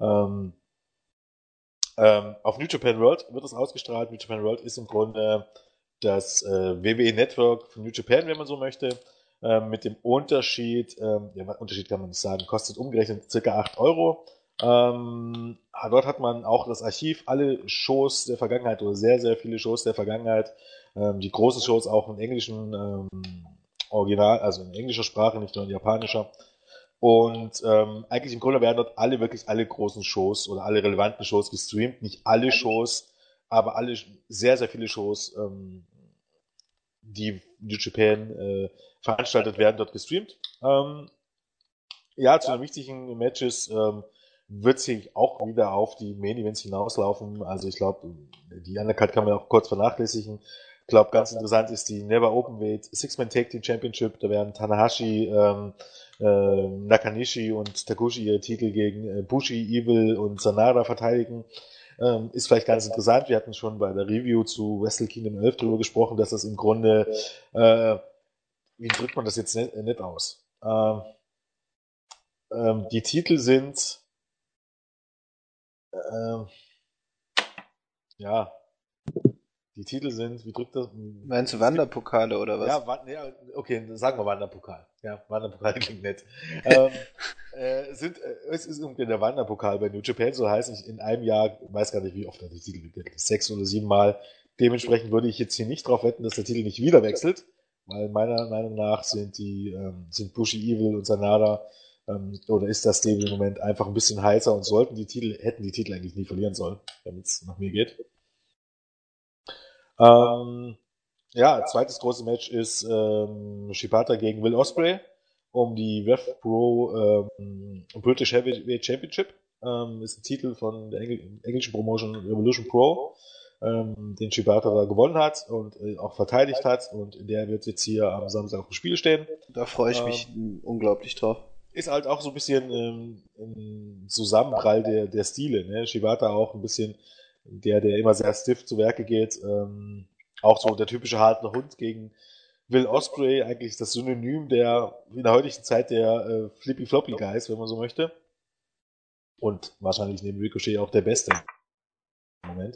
Auf New Japan World wird es ausgestrahlt. New Japan World ist im Grunde das WWE Network von New Japan, wenn man so möchte. Mit dem Unterschied, Unterschied kann man nicht sagen, kostet umgerechnet ca. 8 Euro. Dort hat man auch das Archiv, alle Shows der Vergangenheit oder sehr, sehr viele Shows der Vergangenheit. Die großen Shows auch in englischen Original, also in englischer Sprache, nicht nur in japanischer. Und eigentlich im Grunde werden dort wirklich alle großen Shows oder alle relevanten Shows gestreamt. Nicht alle Shows, aber alle sehr, sehr viele Shows, die New Japan veranstaltet werden, dort gestreamt. Ja, zu den wichtigen Matches wird sich auch wieder auf die Main Events hinauslaufen. Also ich glaube, die Undercard kann man auch kurz vernachlässigen. Ich glaube, ganz interessant ist die Never Openweight Six-Man Tag Team Championship. Da werden Tanahashi, Nakanishi und Taguchi ihre Titel gegen Bushi, Evil und Sanada verteidigen. Ist vielleicht ganz interessant. Wir hatten schon bei der Review zu Wrestle Kingdom 11 darüber gesprochen, dass das im Grunde, wie drückt man das jetzt nicht aus? Die Titel sind ja, die Titel sind, wie drückt das? Meinst du Wanderpokale oder was? Ja, okay, sagen wir Wanderpokal. Ja, Wanderpokal klingt nett. Es ist irgendwie der Wanderpokal bei New Japan, so heißt es in einem Jahr, weiß gar nicht, wie oft er die Titel wechselt, 6 oder 7 Mal. Dementsprechend würde ich jetzt hier nicht drauf wetten, dass der Titel nicht wieder wechselt, weil meiner Meinung nach sind Bushi, Evil und Sanada oder ist das Stable im Moment einfach ein bisschen heißer und hätten die Titel eigentlich nie verlieren sollen, damit es nach mir geht. Ja, zweites großes Match ist Shibata gegen Will Ospreay um die Rev Pro British Heavyweight Championship. Ist ein Titel von der englischen Promotion Revolution Pro. den Shibata da gewonnen hat und auch verteidigt hat. Und der wird jetzt hier am Samstag auf dem Spiel stehen. Da freue ich mich unglaublich drauf. Ist halt auch so ein bisschen ein Zusammenprall der Stile. Ne? Shibata auch ein bisschen der immer sehr stiff zu Werke geht. Auch so der typische hartende Hund gegen Will Ospreay, eigentlich das Synonym in der heutigen Zeit der Flippy Floppy Guys, wenn man so möchte. Und wahrscheinlich neben Ricochet auch der Beste im Moment.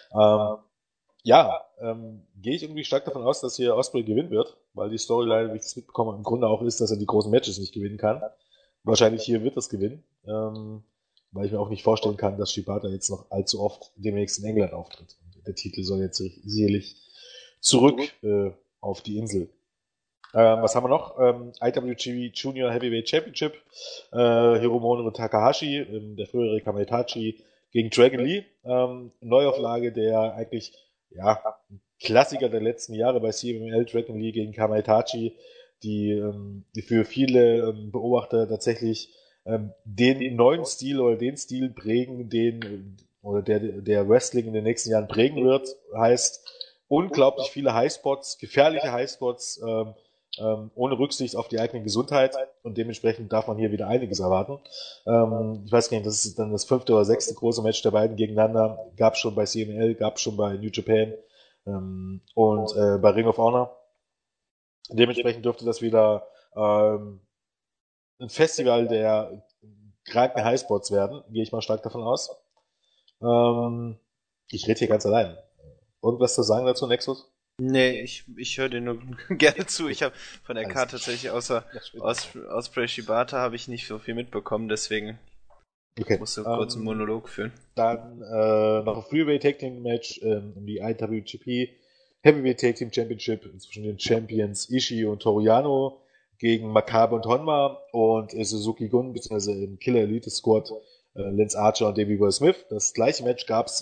Gehe ich irgendwie stark davon aus, dass hier Ospreay gewinnen wird, weil die Storyline, wie ich das mitbekomme, im Grunde auch ist, dass er die großen Matches nicht gewinnen kann. Wahrscheinlich hier wird das gewinnen, weil ich mir auch nicht vorstellen kann, dass Shibata jetzt noch allzu oft demnächst in England auftritt. Und der Titel soll jetzt sicherlich zurück auf die Insel. Was haben wir noch? IWGP Junior Heavyweight Championship. Hiromono Takahashi, der frühere Kamitachi, gegen Dragon Lee. Neuauflage der eigentlich, Klassiker der letzten Jahre bei CMLL, Dragon Lee gegen Kamitachi, die für viele Beobachter tatsächlich den neuen Stil oder den Stil prägen, der Wrestling in den nächsten Jahren prägen wird. Heißt, unglaublich viele Highspots, gefährliche Highspots, ohne Rücksicht auf die eigene Gesundheit, und dementsprechend darf man hier wieder einiges erwarten. Ich weiß gar nicht, das ist dann das 5. oder 6. große Match der beiden gegeneinander, gab es schon bei CML, gab es schon bei New Japan und bei Ring of Honor. Dementsprechend dürfte das wieder ein Festival der kranken Highspots werden, gehe ich mal stark davon aus. Ich rede hier ganz allein. Irgendwas zu sagen dazu, Nexus? Nee, ich höre dir nur gerne zu. Ich habe von der Karte tatsächlich außer Ospreay Shibata habe ich nicht so viel mitbekommen, deswegen musst du kurz einen Monolog führen. Dann noch ein Freeway Tag Team Match um die IWGP Heavyweight Tag Team Championship zwischen den Champions Ishii und Toru Yano gegen Makabe und Honma und Suzuki Gun bzw. im Killer Elite Squad Lance Archer und Davey Boy Smith. Das gleiche Match gab's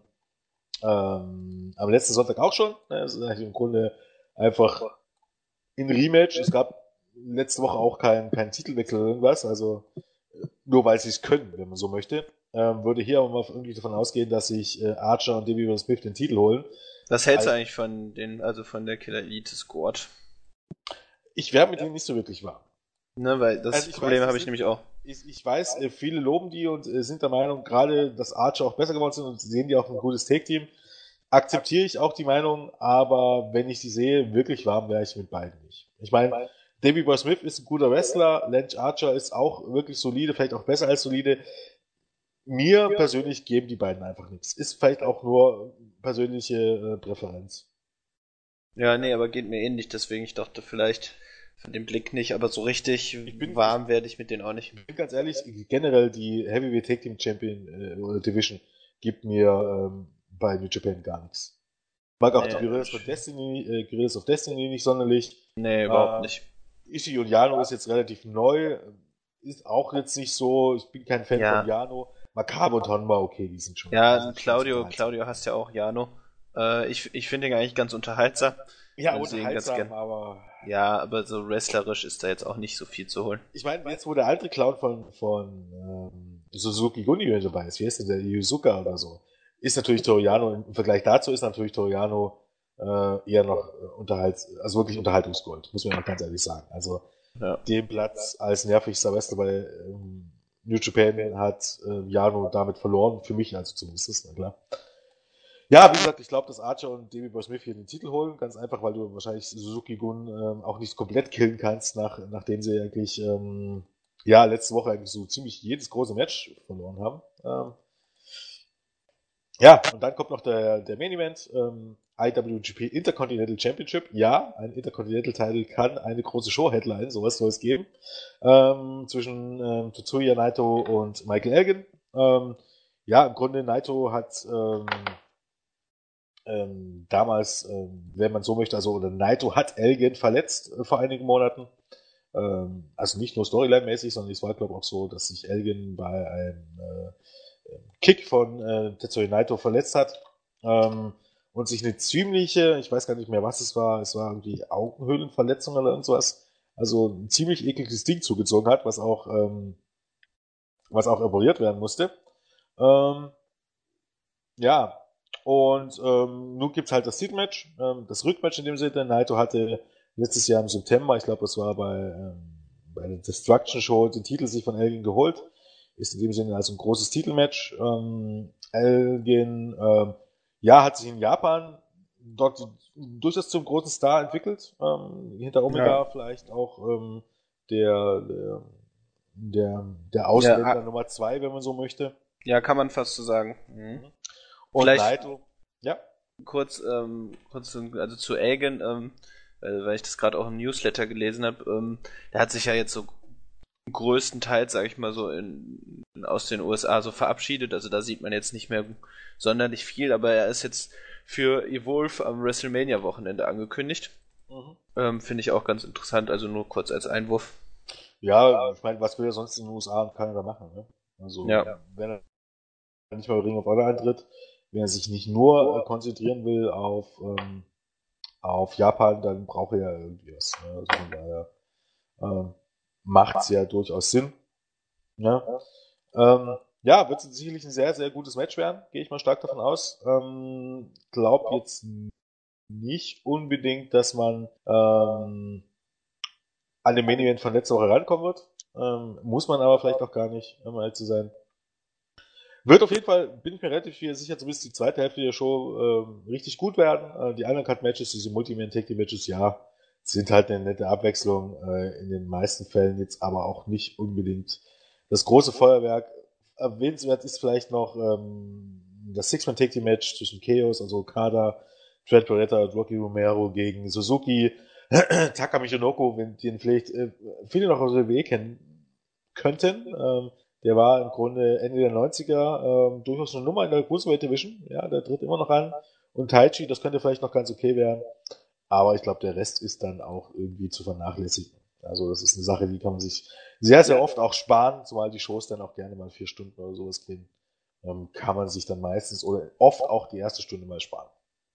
am letzten Sonntag auch schon. Das ist eigentlich im Grunde einfach ein Rematch. Es gab letzte Woche auch kein Titelwechsel oder irgendwas, also nur weil sie es können, wenn man so möchte. Würde hier aber mal irgendwie davon ausgehen, dass sich Archer und Davey Boy Smith den Titel holen. Was hältst du eigentlich von der Killer Elite Squad? Ich wäre mit denen nicht so wirklich warm. Ne, weil das Problem habe ich nämlich auch. Ich weiß, viele loben die und sind der Meinung, gerade, dass Archer auch besser geworden sind und sehen die auch ein gutes Take-Team. Akzeptiere ich auch die Meinung, aber wenn ich die sehe, wirklich warm wäre ich mit beiden nicht. Ich meine, Davey Boy Smith ist ein guter Wrestler, Lance Archer ist auch wirklich solide, vielleicht auch besser als solide. Mir persönlich geben die beiden einfach nichts. Ist vielleicht auch nur persönliche Präferenz. Ja, nee, aber geht mir ähnlich, deswegen ich dachte vielleicht für den Blick nicht, aber so richtig warm werde ich mit denen auch nicht. Ich bin ganz ehrlich, generell die Heavyweight Tag Team Champion oder Division gibt mir bei New Japan gar nichts. Mag auch die Guerrillas of Destiny nicht sonderlich. Nee, überhaupt nicht. Ishii und Yano ist jetzt relativ neu, ist auch jetzt nicht so, ich bin kein Fan von Yano. Makabe und Honma, okay, die sind schon. Ja, Claudio hast ja auch Yano. Ich finde ihn eigentlich ganz unterhaltsam. Ja, unterhaltsam, aber... Ja, aber so wrestlerisch ist da jetzt auch nicht so viel zu holen. Ich meine, jetzt wo der alte Clown von Suzuki Gun dabei ist, wie heißt denn der, Yuzuka oder so, ist natürlich Toru Yano, im Vergleich dazu ist natürlich Toru Yano eher noch also wirklich Unterhaltungsgold, muss man auch ganz ehrlich sagen. Also den Platz als nervigster Wrestler bei New Japan hat Yano damit verloren, für mich also zumindest, na klar. Ja, wie gesagt, ich glaube, dass Archer und Davey Boy Smith hier den Titel holen, ganz einfach, weil du wahrscheinlich Suzuki Gun auch nicht komplett killen kannst, nachdem sie eigentlich letzte Woche eigentlich so ziemlich jedes große Match verloren haben. Und dann kommt noch der Main Event, IWGP Intercontinental Championship. Ja, ein Intercontinental Title kann eine große Show-Headline, sowas soll es geben, zwischen Tetsuya Naito und Michael Elgin. Im Grunde Naito hat damals, wenn man so möchte, Naito hat Elgin verletzt vor einigen Monaten. Also nicht nur Storyline-mäßig, sondern es war, glaube ich, auch so, dass sich Elgin bei einem Kick von Tetsuya Naito verletzt hat und sich eine ziemliche, ich weiß gar nicht mehr, was es war irgendwie Augenhöhlenverletzung oder irgendwas, also ein ziemlich ekliges Ding zugezogen hat, was auch operiert werden musste. Und nun gibt's halt das Titelmatch, das Rückmatch in dem Sinne. Naito hatte letztes Jahr im September, ich glaube, das war bei der Destruction Show, den Titel sich von Elgin geholt. Ist in dem Sinne also ein großes Titelmatch. Elgin, hat sich in Japan dort durchaus zum großen Star entwickelt. Hinter Omega vielleicht auch der Ausländer Nummer 2, wenn man so möchte. Ja, kann man fast so sagen. Mhm. Und Naito, kurz also zu Elgin, weil ich das gerade auch im Newsletter gelesen habe, der hat sich ja jetzt so größtenteils, sag ich mal so, aus den USA so verabschiedet, also da sieht man jetzt nicht mehr sonderlich viel, aber er ist jetzt für Evolve am WrestleMania-Wochenende angekündigt. Finde ich auch ganz interessant, also nur kurz als Einwurf. Ja, ich meine, was will er sonst in den USA und Kanada machen, ne? Also, wenn er nicht mal Ring of Honor eintritt, wenn er sich nicht nur konzentrieren will auf Japan, dann braucht er ja irgendwie was. Ne? Also von daher macht es ja durchaus Sinn. Ne? Wird sicherlich ein sehr, sehr gutes Match werden, gehe ich mal stark davon aus. Glaub jetzt nicht unbedingt, dass man an den Main Event von letzter Woche rankommen wird. Muss man aber vielleicht auch gar nicht, um ehrlich zu sein. Wird auf jeden Fall, bin ich mir relativ sicher, zumindest die zweite Hälfte der Show richtig gut werden. Die Undercard-Matches, diese Multi-Man-Tag-Matches, sind halt eine nette Abwechslung in den meisten Fällen jetzt aber auch nicht unbedingt das große Feuerwerk. Erwähnenswert ist vielleicht noch das Six-Man-Tag-Match zwischen Chaos, also Okada, Trent Barretta und Rocky Romero gegen Suzuki, Taka Michinoku, den vielleicht viele noch aus der WWE kennen könnten. Der war im Grunde Ende der 90er durchaus eine Nummer in der Cruiserweight Division. Ja, der tritt immer noch an. Und Taichi, das könnte vielleicht noch ganz okay werden. Aber ich glaube, der Rest ist dann auch irgendwie zu vernachlässigen. Also das ist eine Sache, die kann man sich sehr, sehr oft auch sparen, zumal die Shows dann auch gerne mal 4 Stunden oder sowas gehen. Kann man sich dann meistens oder oft auch die erste Stunde mal sparen.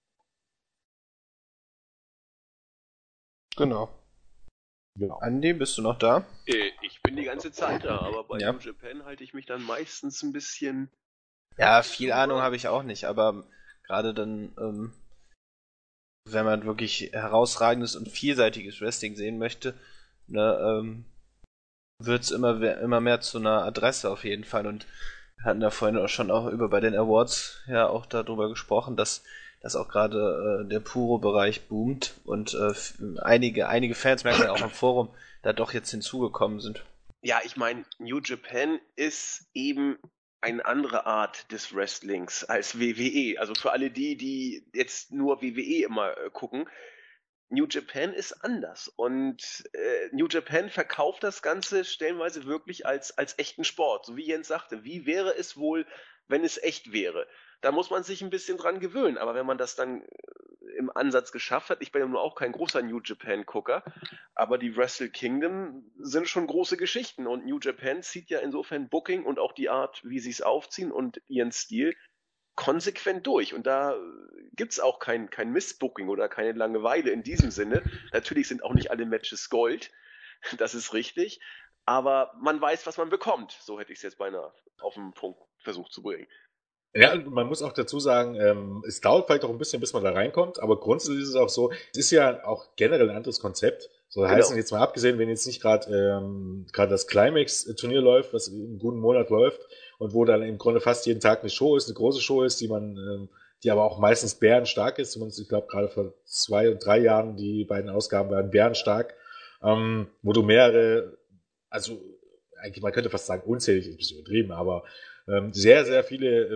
Genau. Andi, bist du noch da? Ich bin die ganze Zeit da, aber bei New Japan halte ich mich dann meistens ein bisschen... Ja, viel Ahnung habe ich auch nicht, aber gerade dann, wenn man wirklich herausragendes und vielseitiges Wrestling sehen möchte, ne, wird es immer mehr zu einer Adresse auf jeden Fall. Und wir hatten da vorhin auch schon bei den Awards ja auch darüber gesprochen, dass auch gerade der Puro-Bereich boomt und einige Fans merken ja auch im Forum, da doch jetzt hinzugekommen sind. Ja, ich meine, New Japan ist eben eine andere Art des Wrestlings als WWE. Also für alle die jetzt nur WWE immer gucken, New Japan ist anders. Und New Japan verkauft das Ganze stellenweise wirklich als echten Sport. So wie Jens sagte, wie wäre es wohl, wenn es echt wäre? Da muss man sich ein bisschen dran gewöhnen. Aber wenn man das dann im Ansatz geschafft hat, ich bin ja nun auch kein großer New Japan-Gucker, aber die Wrestle Kingdom sind schon große Geschichten. Und New Japan zieht ja insofern Booking und auch die Art, wie sie es aufziehen und ihren Stil konsequent durch. Und da gibt's auch kein Missbooking oder keine Langeweile in diesem Sinne. Natürlich sind auch nicht alle Matches Gold, das ist richtig, aber man weiß, was man bekommt. So hätte ich es jetzt beinahe auf den Punkt versucht zu bringen. Ja, man muss auch dazu sagen, es dauert vielleicht auch ein bisschen, bis man da reinkommt, aber grundsätzlich ist es auch so, es ist ja auch generell ein anderes Konzept. So heißt jetzt mal abgesehen, wenn jetzt nicht gerade das Climax-Turnier läuft, was einen guten Monat läuft und wo dann im Grunde fast jeden Tag eine Show ist, eine große Show ist, die aber auch meistens bärenstark ist. Zumindest, ich glaube, gerade vor 2 und 3 Jahren, die beiden Ausgaben waren bärenstark, wo du also eigentlich, man könnte fast sagen, unzählig, ist ein bisschen übertrieben, aber sehr, sehr viele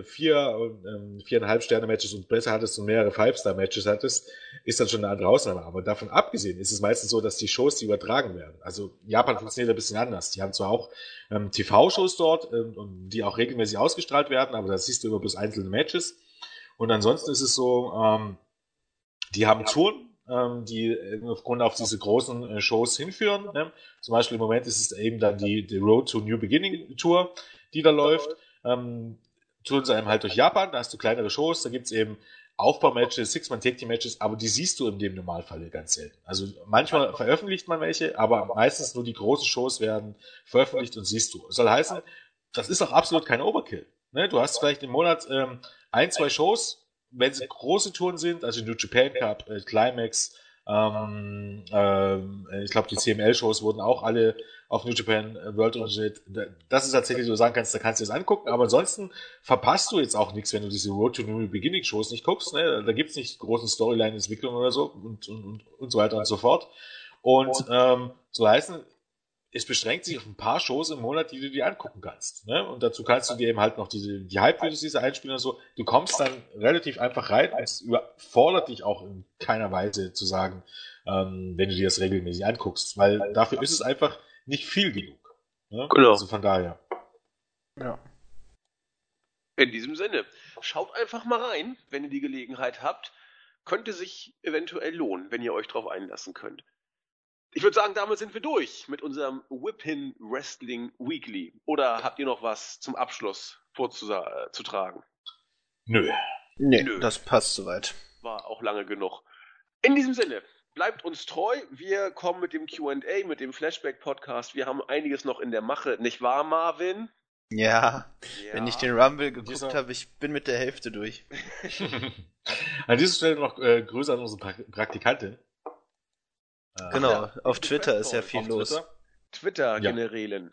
4,5 Sterne Matches und besser hattest und mehrere 5-Star Matches hattest, ist dann schon eine andere Ausnahme. Aber davon abgesehen ist es meistens so, dass die Shows, die übertragen werden. Also Japan funktioniert ein bisschen anders. Die haben zwar auch TV-Shows dort und die auch regelmäßig ausgestrahlt werden, aber da siehst du immer bloß einzelne Matches. Und ansonsten ist es so, die haben Touren, die aufgrund auf diese großen Shows hinführen. Ne? Zum Beispiel im Moment ist es eben dann die Road to New Beginning Tour, die da läuft. Touren sie einem halt durch Japan, da hast du kleinere Shows, da gibt's eben Aufbaumatches, Six-Man-Tag-Team-Matches, aber die siehst du in dem Normalfall ganz selten. Also manchmal veröffentlicht man welche, aber meistens nur die großen Shows werden veröffentlicht und siehst du. Das soll heißen, das ist auch absolut kein Overkill. Ne? Du hast vielleicht im Monat 1, 2 Shows, wenn sie große Touren sind, also New Japan Cup, Climax, ich glaube, die CML-Shows wurden auch alle auf New Japan World umgestellt. Das ist tatsächlich, so sagen kannst, da kannst du das angucken, aber ansonsten verpasst du jetzt auch nichts, wenn du diese Road to New Beginning Shows nicht guckst. Ne? Da gibt's nicht großen Storyline-Entwicklungen oder so und so weiter und so fort. Und so heißen, es beschränkt sich auf ein paar Shows im Monat, die du dir angucken kannst. Ne? Und dazu kannst du dir eben halt noch die Hype-Videos, diese einspielen und so. Du kommst dann relativ einfach rein und es überfordert dich auch in keiner Weise zu sagen, wenn du dir das regelmäßig anguckst, weil dafür ist es einfach nicht viel genug. Ne? Genau. Also von daher. Ja. In diesem Sinne, schaut einfach mal rein, wenn ihr die Gelegenheit habt. Könnte sich eventuell lohnen, wenn ihr euch drauf einlassen könnt. Ich würde sagen, damit sind wir durch mit unserem Whip-In Wrestling Weekly. Oder habt ihr noch was zum Abschluss vorzutragen? Nö. Nee, das passt soweit. War auch lange genug. In diesem Sinne, bleibt uns treu. Wir kommen mit dem Q&A, mit dem Flashback-Podcast. Wir haben einiges noch in der Mache. Nicht wahr, Marvin? Ja, wenn ich den Rumble geguckt Dieser- habe, ich bin mit der Hälfte durch. An dieser Stelle noch Grüße an unsere Praktikantin. Genau, Ja, auf Twitter ist ja Auf viel los. Twitter-Generälen.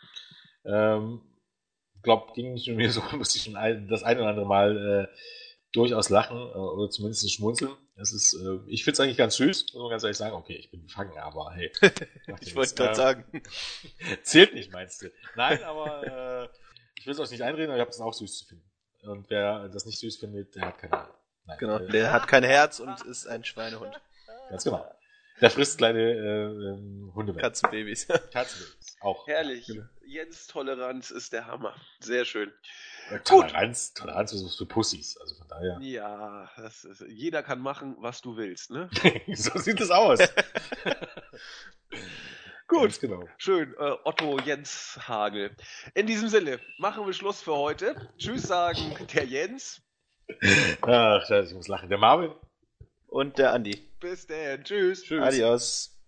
Glaub, ging nicht nur mir so, musste ich schon das ein oder andere Mal durchaus lachen oder zumindest schmunzeln. Das ist, ich finde es eigentlich ganz süß, muss man ganz ehrlich sagen. Okay, ich bin befangen, aber hey. Ich wollte gerade sagen. Zählt nicht, meinst du? Nein, aber ich will es euch nicht einreden, aber ich habe es auch süß zu finden. Und wer das nicht süß findet, der hat keine Ahnung. Nein, Genau, der hat kein Herz und ist ein Schweinehund. Ganz genau. Der frisst kleine Hunde. Katzenbabys. Katzenbabys. Auch. Herrlich. Ja, genau. Jens Toleranz ist der Hammer. Sehr schön. Toleranz ist was für Pussys. Also von daher. Ja, jeder kann machen, was du willst, ne? So sieht es aus. Gut, Ganz genau. schön. Otto Jens Hagel. In diesem Sinne, machen wir Schluss für heute. Tschüss sagen der Jens. Ach, ich muss lachen. Der Marvin. Und der Andi. Bis dann. Tschüss. Tschüss. Adios.